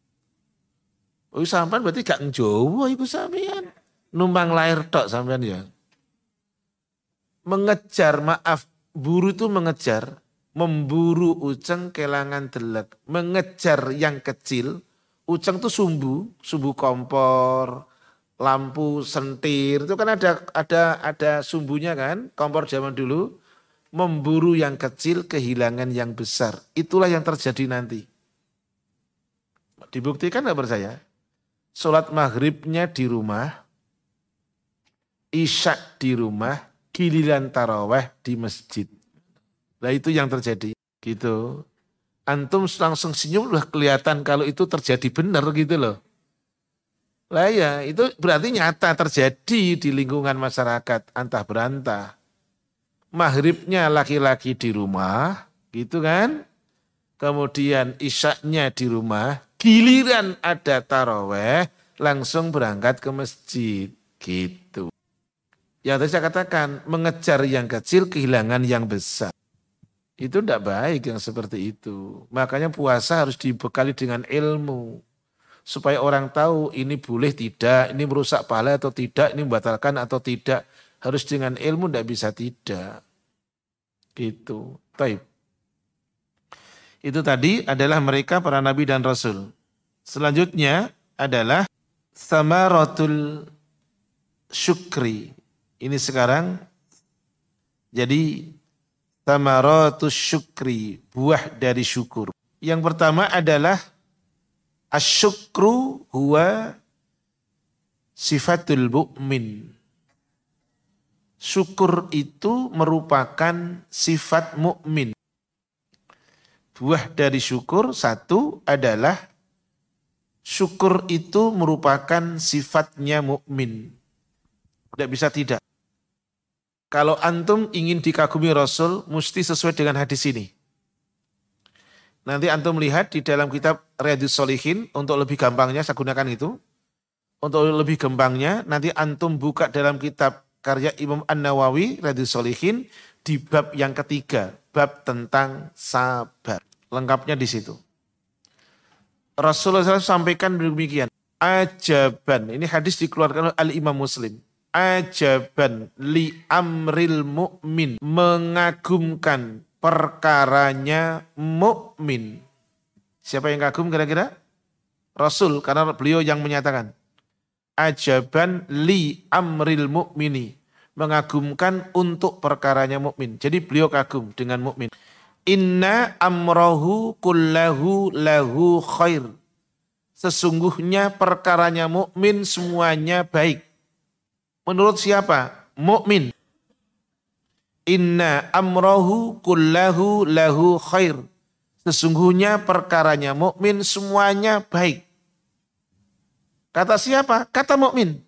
Oh sampean berarti gak njowo iku sampean. Numpang lahir tok sampean ya. Mengejar, maaf, buru itu mengejar. Memburu uceng kelangan delek. Mengejar yang kecil. Uceng itu sumbu kompor, lampu sentir, itu kan ada sumbunya kan, kompor zaman dulu. Memburu yang kecil, kehilangan yang besar. Itulah yang terjadi nanti. Dibuktikan gak percaya? Sholat maghribnya di rumah, isya di rumah, giliran taraweh di masjid. Nah itu yang terjadi. Gitu. Antum langsung senyum udah kelihatan kalau itu terjadi benar gitu loh. Lah ya itu berarti nyata terjadi di lingkungan masyarakat antah berantah. Maghribnya laki-laki di rumah gitu kan. Kemudian isyaknya di rumah. Giliran ada taraweh langsung berangkat ke masjid gitu. Yang tadi saya katakan mengejar yang kecil kehilangan yang besar. Itu tidak baik yang seperti itu. Makanya puasa harus dibekali dengan ilmu. Supaya orang tahu ini boleh tidak, ini merusak pahala atau tidak, ini membatalkan atau tidak. Harus dengan ilmu, tidak bisa tidak. Gitu. Taib. Itu tadi adalah mereka para nabi dan rasul. Selanjutnya adalah samaratul syukri. Ini sekarang jadi samaratus syukri, buah dari syukur. Yang pertama adalah asyukru huwa sifatul mu'min. Syukur itu merupakan sifat mukmin. Buah dari syukur satu adalah syukur itu merupakan sifatnya mukmin. Tidak bisa tidak. Kalau antum ingin dikagumi Rasul, mesti sesuai dengan hadis ini. Nanti antum lihat di dalam kitab Riyadhus Shalihin, untuk lebih gampangnya saya gunakan itu. Untuk lebih gampangnya, nanti antum buka dalam kitab karya Imam An-Nawawi, Riyadhus Shalihin, di bab yang ketiga, bab tentang sabar. Lengkapnya di situ. Rasulullah SAW sampaikan demikian. Ajaban, ini hadis dikeluarkan oleh Al-Imam Muslim. Ajaban li amril mu'min, mengagumkan perkaranya mukmin. Siapa yang kagum kira-kira? Rasul, karena beliau yang menyatakan. Ajaban li amril mu'mini, mengagumkan untuk perkaranya mukmin. Jadi beliau kagum dengan mukmin. Inna amrohu kullahu lahu khair. Sesungguhnya perkaranya mukmin semuanya baik. Menurut siapa? Mukmin. Inna amrohu kullahu lahu khair. Sesungguhnya perkaranya mukmin semuanya baik. Kata siapa? Kata mukmin.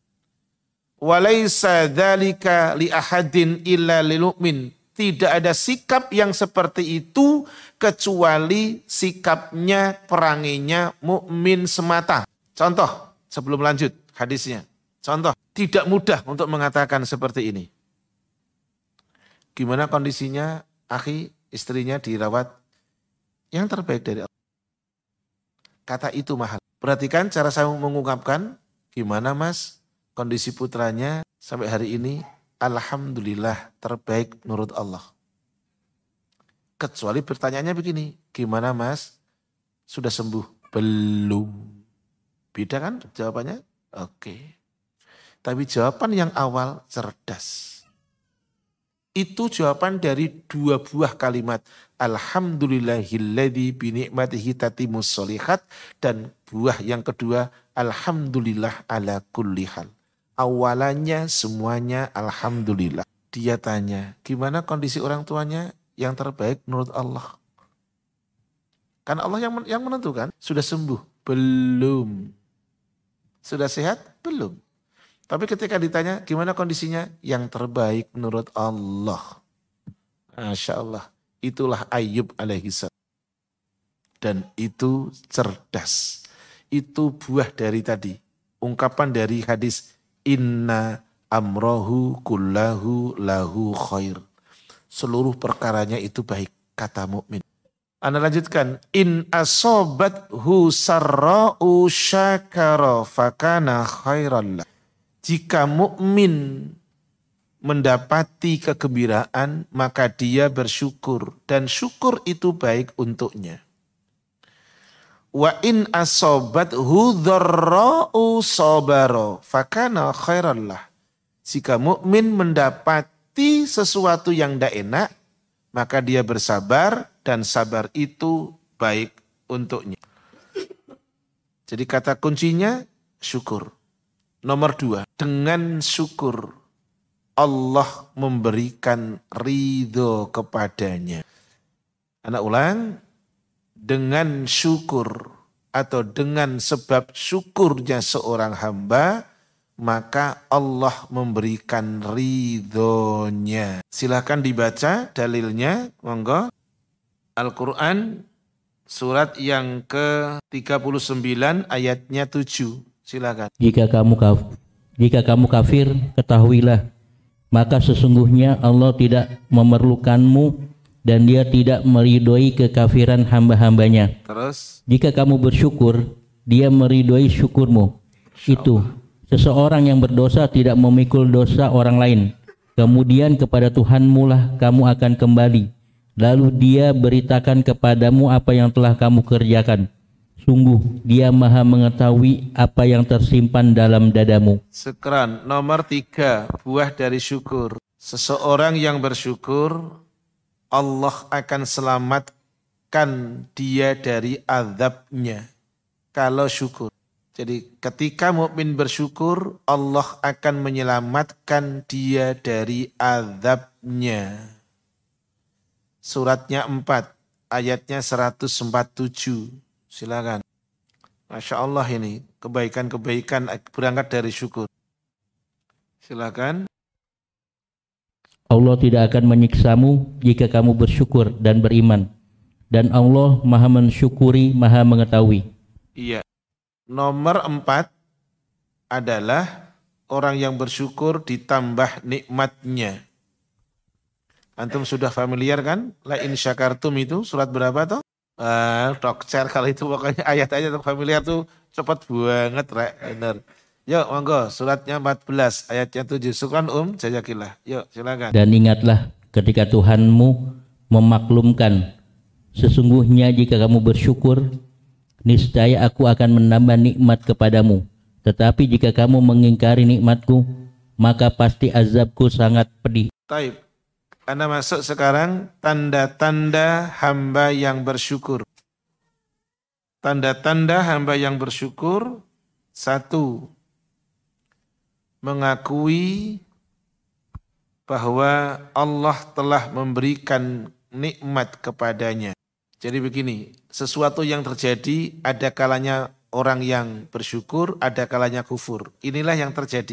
Walaisa dzalika li ahadin illa lil mu'min. Tidak ada sikap yang seperti itu kecuali sikapnya, peranginya mukmin semata. Contoh sebelum lanjut hadisnya. Contoh, tidak mudah untuk mengatakan seperti ini. Gimana kondisinya akhi, istrinya dirawat yang terbaik dari Allah. Kata itu mahal. Perhatikan cara saya mengungkapkan, gimana mas kondisi putranya sampai hari ini, alhamdulillah terbaik menurut Allah. Kecuali pertanyaannya begini, gimana mas sudah sembuh? Belum. Beda kan jawabannya? Oke. Tapi jawaban yang awal cerdas. Itu jawaban dari dua buah kalimat. Alhamdulillahilladzi binikmatihi tatimmus sholihat. Dan buah yang kedua, alhamdulillah ala kulli hal. Awalannya semuanya alhamdulillah. Dia tanya, gimana kondisi orang tuanya? Yang terbaik menurut Allah. Kan Allah yang menentukan. Sudah sembuh? Belum. Sudah sehat? Belum. Tapi ketika ditanya gimana kondisinya? Yang terbaik menurut Allah. Masya Allah. Itulah Ayyub alaihissalam. Dan itu cerdas. Itu buah dari tadi. Ungkapan dari hadis. Inna amrohu kullahu lahu khair. Seluruh perkaranya itu baik. Kata mukmin. Anda lanjutkan. In asobathu sarra'u syakara fakana khairallah. Jika mukmin mendapati kegembiraan, maka dia bersyukur dan syukur itu baik untuknya. Wa in asobathu dharra'u sabara fakana khairallah. Jika mukmin mendapati sesuatu yang tidak enak, maka dia bersabar dan sabar itu baik untuknya. Jadi kata kuncinya syukur. Nomor 2, dengan syukur Allah memberikan ridho kepadanya. Anak ulang, dengan syukur atau dengan sebab syukurnya seorang hamba, maka Allah memberikan ridhonya. Silakan dibaca dalilnya, monggo. Al-Quran surat yang ke-39 ayatnya 7. Silakan. Jika kamu kafir, ketahuilah, maka sesungguhnya Allah tidak memerlukanmu dan dia tidak meridhoi kekafiran hamba-hambanya. Terus? Jika kamu bersyukur, dia meridhoi syukurmu. Itu, seseorang yang berdosa tidak memikul dosa orang lain. Kemudian kepada Tuhanmu lah kamu akan kembali. lalu dia beritakan kepadamu apa yang telah kamu kerjakan. Sungguh dia maha mengetahui apa yang tersimpan dalam dadamu. Sekarang nomor 3, buah dari syukur. Seseorang yang bersyukur, Allah akan selamatkan dia dari azabnya. Kalau syukur. Jadi ketika mukmin bersyukur, Allah akan menyelamatkan dia dari azabnya. Suratnya 4, ayatnya 147. Silakan. Masya Allah ini, kebaikan-kebaikan berangkat dari syukur. Silakan. Allah tidak akan menyiksamu jika kamu bersyukur dan beriman. Dan Allah maha mensyukuri, maha mengetahui. Iya. Nomor 4 adalah orang yang bersyukur ditambah nikmatnya. Antum sudah familiar kan? La in syakartum itu surat berapa toh? Dokter kalau itu pokoknya ayat aja tuh familiar tuh cepat banget rek. Bener. Yuk monggo suratnya 14 ayatnya 7. Syukran jazakillah. Yuk silakan. Dan ingatlah ketika Tuhanmu memaklumkan, sesungguhnya jika kamu bersyukur, niscaya aku akan menambah nikmat kepadamu. Tetapi jika kamu mengingkari nikmatku, maka pasti azabku sangat pedih. Taib. Anda masuk sekarang tanda-tanda hamba yang bersyukur. Tanda-tanda hamba yang bersyukur. 1. Mengakui bahwa Allah telah memberikan nikmat kepadanya. Jadi begini, sesuatu yang terjadi ada kalanya orang yang bersyukur, ada kalanya kufur. Inilah yang terjadi.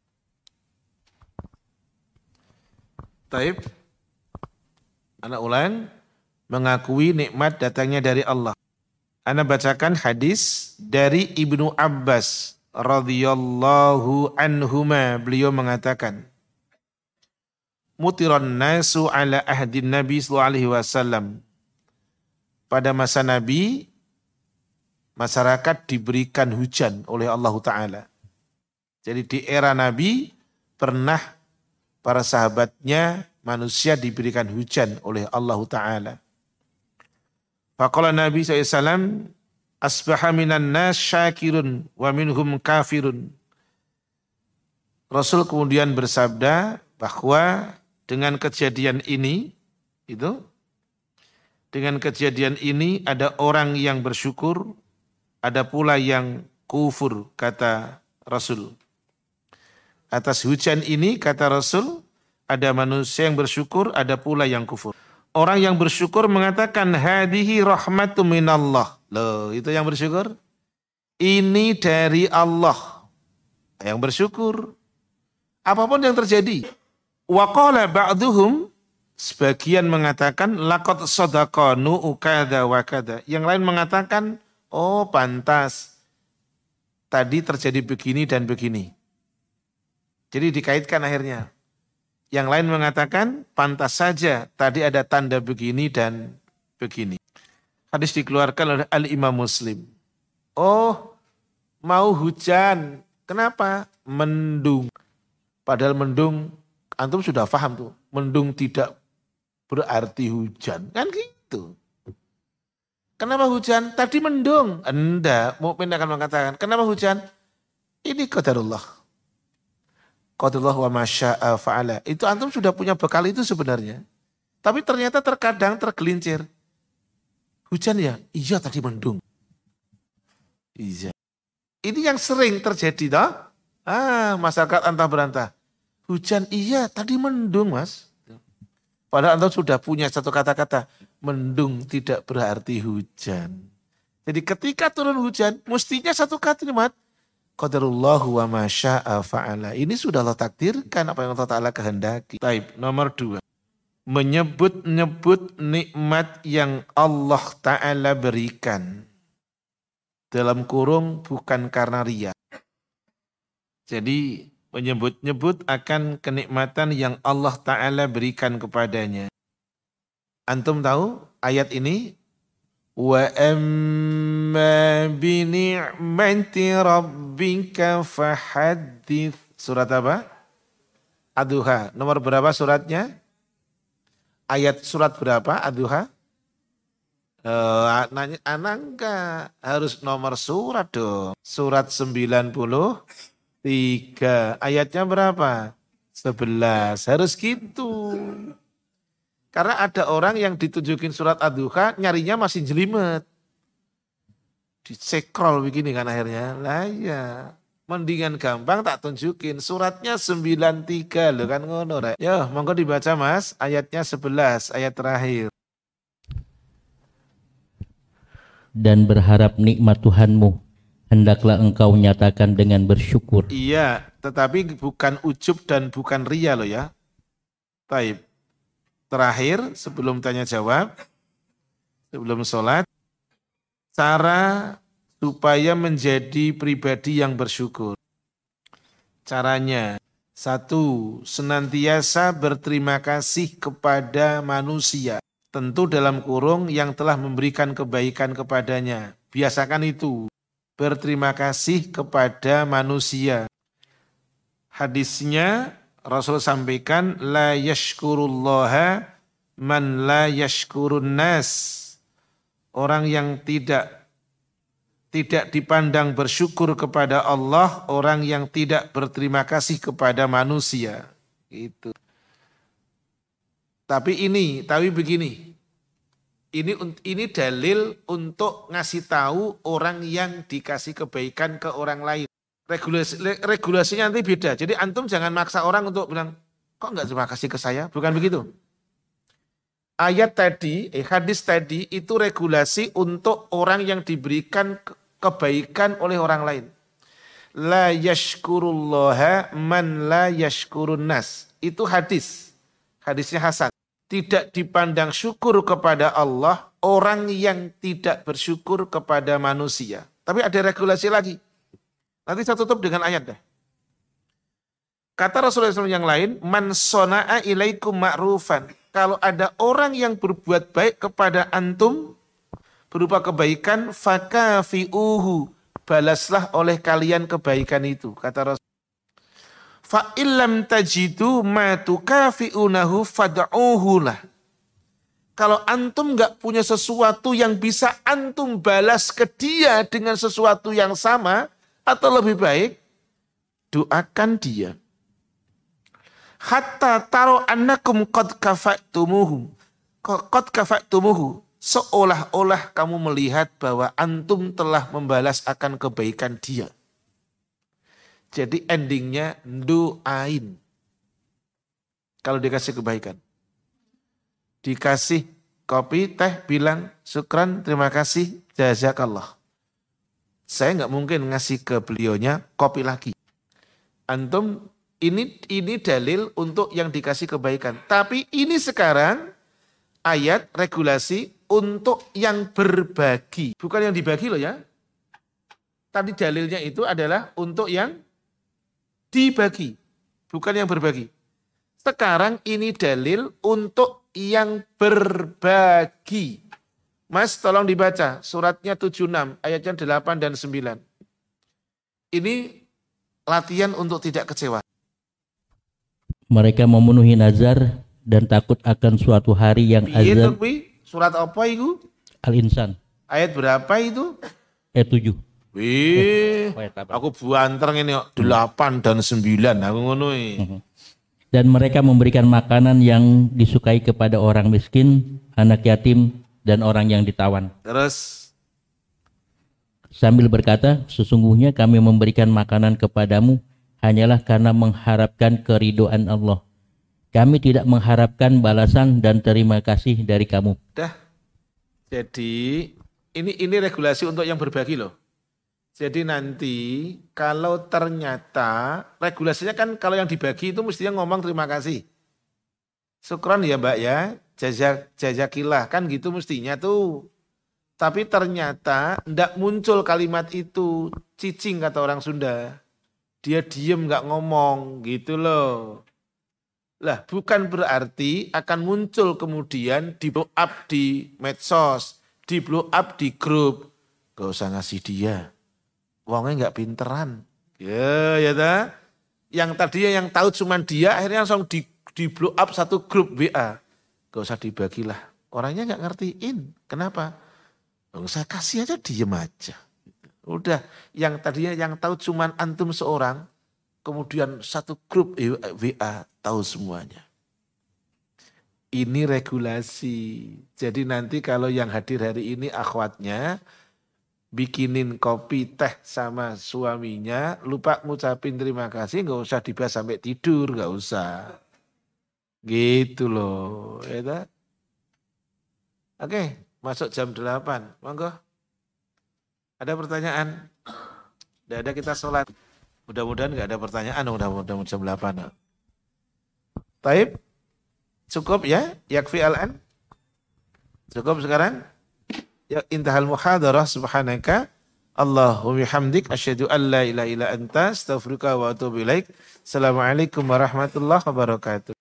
Taib, anak ulang, mengakui nikmat datangnya dari Allah. Ana bacakan hadis dari Ibnu Abbas radhiyallahu anhuma, beliau mengatakan, mutiran nasu ala ahdin Nabi sallallahu alaihi wasallam. Pada masa Nabi, masyarakat diberikan hujan oleh Allah Ta'ala. Jadi di era Nabi, pernah para sahabatnya manusia diberikan hujan oleh Allah Ta'ala. Faqala Nabi SAW, asbaha minan nas syakirun wa minhum kafirun. Rasul kemudian bersabda bahwa dengan kejadian ini, dengan kejadian ini ada orang yang bersyukur, ada pula yang kufur, kata Rasul. Atas hujan ini, kata Rasul, ada manusia yang bersyukur, ada pula yang kufur. Orang yang bersyukur mengatakan, hadihi rahmatu minallah. Loh, itu yang bersyukur. Ini dari Allah. Yang bersyukur. Apapun yang terjadi. Wa qala ba'duhum, sebagian mengatakan, laqad sadaqanu ukada wa kada. Yang lain mengatakan, oh pantas. Tadi terjadi begini dan begini. Jadi dikaitkan akhirnya. Yang lain mengatakan pantas saja tadi ada tanda begini dan begini. Hadis dikeluarkan oleh Al-Imam Muslim. Oh, mau hujan. Kenapa? Mendung. Padahal mendung, antum sudah paham tuh. Mendung tidak berarti hujan. Kan gitu. Kenapa hujan? Tadi mendung. Enggak, mukmin akan mengatakan, kenapa hujan? Ini qadarullah. Qadarullah wa masya'a fa'ala. Itu antum sudah punya bekal itu sebenarnya. Tapi ternyata terkadang tergelincir. Hujan ya? Iya tadi mendung. Iya. Ini yang sering terjadi toh. Masyarakat antah berantah. Hujan iya tadi mendung mas. Padahal antum sudah punya satu kata-kata. Mendung tidak berarti hujan. Jadi ketika turun hujan, mestinya satu kalimat. Qadarullahu wa masya'a fa'ala. Ini sudah Allah takdirkan apa yang Allah Ta'ala kehendaki. Baik, nomor 2. Menyebut-nyebut nikmat yang Allah Ta'ala berikan. Dalam kurung bukan karena riya. Jadi menyebut-nyebut akan kenikmatan yang Allah Ta'ala berikan kepadanya. Antum tahu ayat ini? Wa amma bi ni'mati rabbika fahaddits. Surat apa? Ad-Duha. Nomor berapa suratnya? Ayat surat berapa Ad-Duha? Nanya anak enggak, harus nomor surat dong. Surat 93, ayatnya berapa? 11, harus gitu. Karena ada orang yang ditunjukin surat Ad-Duha nyarinya masih jelimet. Dicekrol begini kan akhirnya. Lah ya, mendingan gampang tak tunjukin. Suratnya 93 loh kan ngono rek. Yo, monggo dibaca Mas, ayatnya 11, ayat terakhir. Dan berharap nikmat Tuhanmu, hendaklah engkau nyatakan dengan bersyukur. Iya, tetapi bukan ujub dan bukan ria loh ya. Taib. Terakhir, sebelum tanya jawab, sebelum sholat, cara supaya menjadi pribadi yang bersyukur. Caranya, satu, senantiasa berterima kasih kepada manusia. Tentu dalam kurung yang telah memberikan kebaikan kepadanya. Biasakan itu, berterima kasih kepada manusia. Hadisnya Rasul sampaikan, la yashkurullaha man la yashkurun nas. Orang yang tidak dipandang bersyukur kepada Allah, orang yang tidak berterima kasih kepada manusia. Itu. Tapi begini, ini dalil untuk ngasih tahu orang yang dikasih kebaikan ke orang lain. Regulasinya nanti beda. Jadi antum jangan maksa orang untuk bilang, kok enggak terima kasih ke saya? Bukan begitu. Ayat tadi, hadis tadi itu regulasi untuk orang yang diberikan kebaikan oleh orang lain. La yashkurullaha man la yashkurun nas. Itu hadis. Hadisnya Hasan. Tidak dipandang syukur kepada Allah orang yang tidak bersyukur kepada manusia. Tapi ada regulasi lagi. Nanti saya tutup dengan ayat deh. Kata Rasulullah SAW yang lain, man sona'a ilaikum ma'rufan. Kalau ada orang yang berbuat baik kepada antum, berupa kebaikan, fakafi'uhu. Balaslah oleh kalian kebaikan itu. Kata Rasulullah. Fa'illam tajidu ma tukafi'unahu fad'uhu lah. Kalau antum enggak punya sesuatu yang bisa antum balas ke dia dengan sesuatu yang sama atau lebih baik, doakan dia. Hatta taro annakum qad kafa'tumuhu. Qad kafa'tumuhu. Seolah-olah kamu melihat bahwa antum telah membalas akan kebaikan dia. Jadi endingnya doain. Kalau dikasih kebaikan. Dikasih kopi, teh, bilang syukran, terima kasih, jazakallah. Saya nggak mungkin ngasih ke beliaunya kopi lagi. Antum, ini dalil untuk yang dikasih kebaikan. Tapi ini sekarang ayat regulasi untuk yang berbagi. Bukan yang dibagi loh ya. Tadi dalilnya itu adalah untuk yang dibagi, bukan yang berbagi. Sekarang ini dalil untuk yang berbagi. Mas tolong dibaca suratnya 76, ayatnya 8 dan 9. Ini latihan untuk tidak kecewa. Mereka memenuhi nazar dan takut akan suatu hari yang azab. Surat apa itu? Al-Insan. Ayat berapa itu? Ayat 7. Wih, aku buanter ini 8 dan 9, aku ngono. Dan mereka memberikan makanan yang disukai kepada orang miskin, anak yatim, dan orang yang ditawan. Terus sambil berkata, sesungguhnya kami memberikan makanan kepadamu hanyalah karena mengharapkan keridhaan Allah. Kami tidak mengharapkan balasan dan terima kasih dari kamu. Dah. Jadi ini regulasi untuk yang berbagi loh. Jadi nanti kalau ternyata regulasinya kan kalau yang dibagi itu mestinya ngomong terima kasih. Syukron ya Mbak ya, jazakillah kan gitu mestinya tuh. Tapi ternyata ndak muncul kalimat itu, cicing kata orang Sunda. Dia diem nggak ngomong gitu loh. Lah bukan berarti akan muncul kemudian di blow up di medsos, di blow up di grup. Gak usah ngasih dia. Wongnya nggak pinteran, ya ta. Yang tadinya yang tahu cuma dia, akhirnya langsung di blow up satu grup WA. gak usah dibagilah. Orangnya nggak ngertiin. Kenapa? Nggak usah kasih aja, diem aja. Udah, yang tadinya yang tahu cuman antum seorang, kemudian satu grup WA tahu semuanya. Ini regulasi. Jadi nanti kalau yang hadir hari ini akhwatnya, bikinin kopi teh sama suaminya, lupa ngucapin terima kasih, nggak usah dibahas sampai tidur, nggak usah. Gitu loh. Ya, oke, masuk jam 8. Monggo. Ada pertanyaan? Tidak ada, kita sholat. Mudah-mudahan nggak ada pertanyaan, mudah-mudahan jam 8. Taib, cukup ya? Yakfi al-an? Cukup sekarang? Ya, intahal muhadarah subhanaka Allahumma hamdik asyhadu an la ilaha illa anta astaghfiruka wa atubu ilaik. Assalamualaikum warahmatullahi wabarakatuh.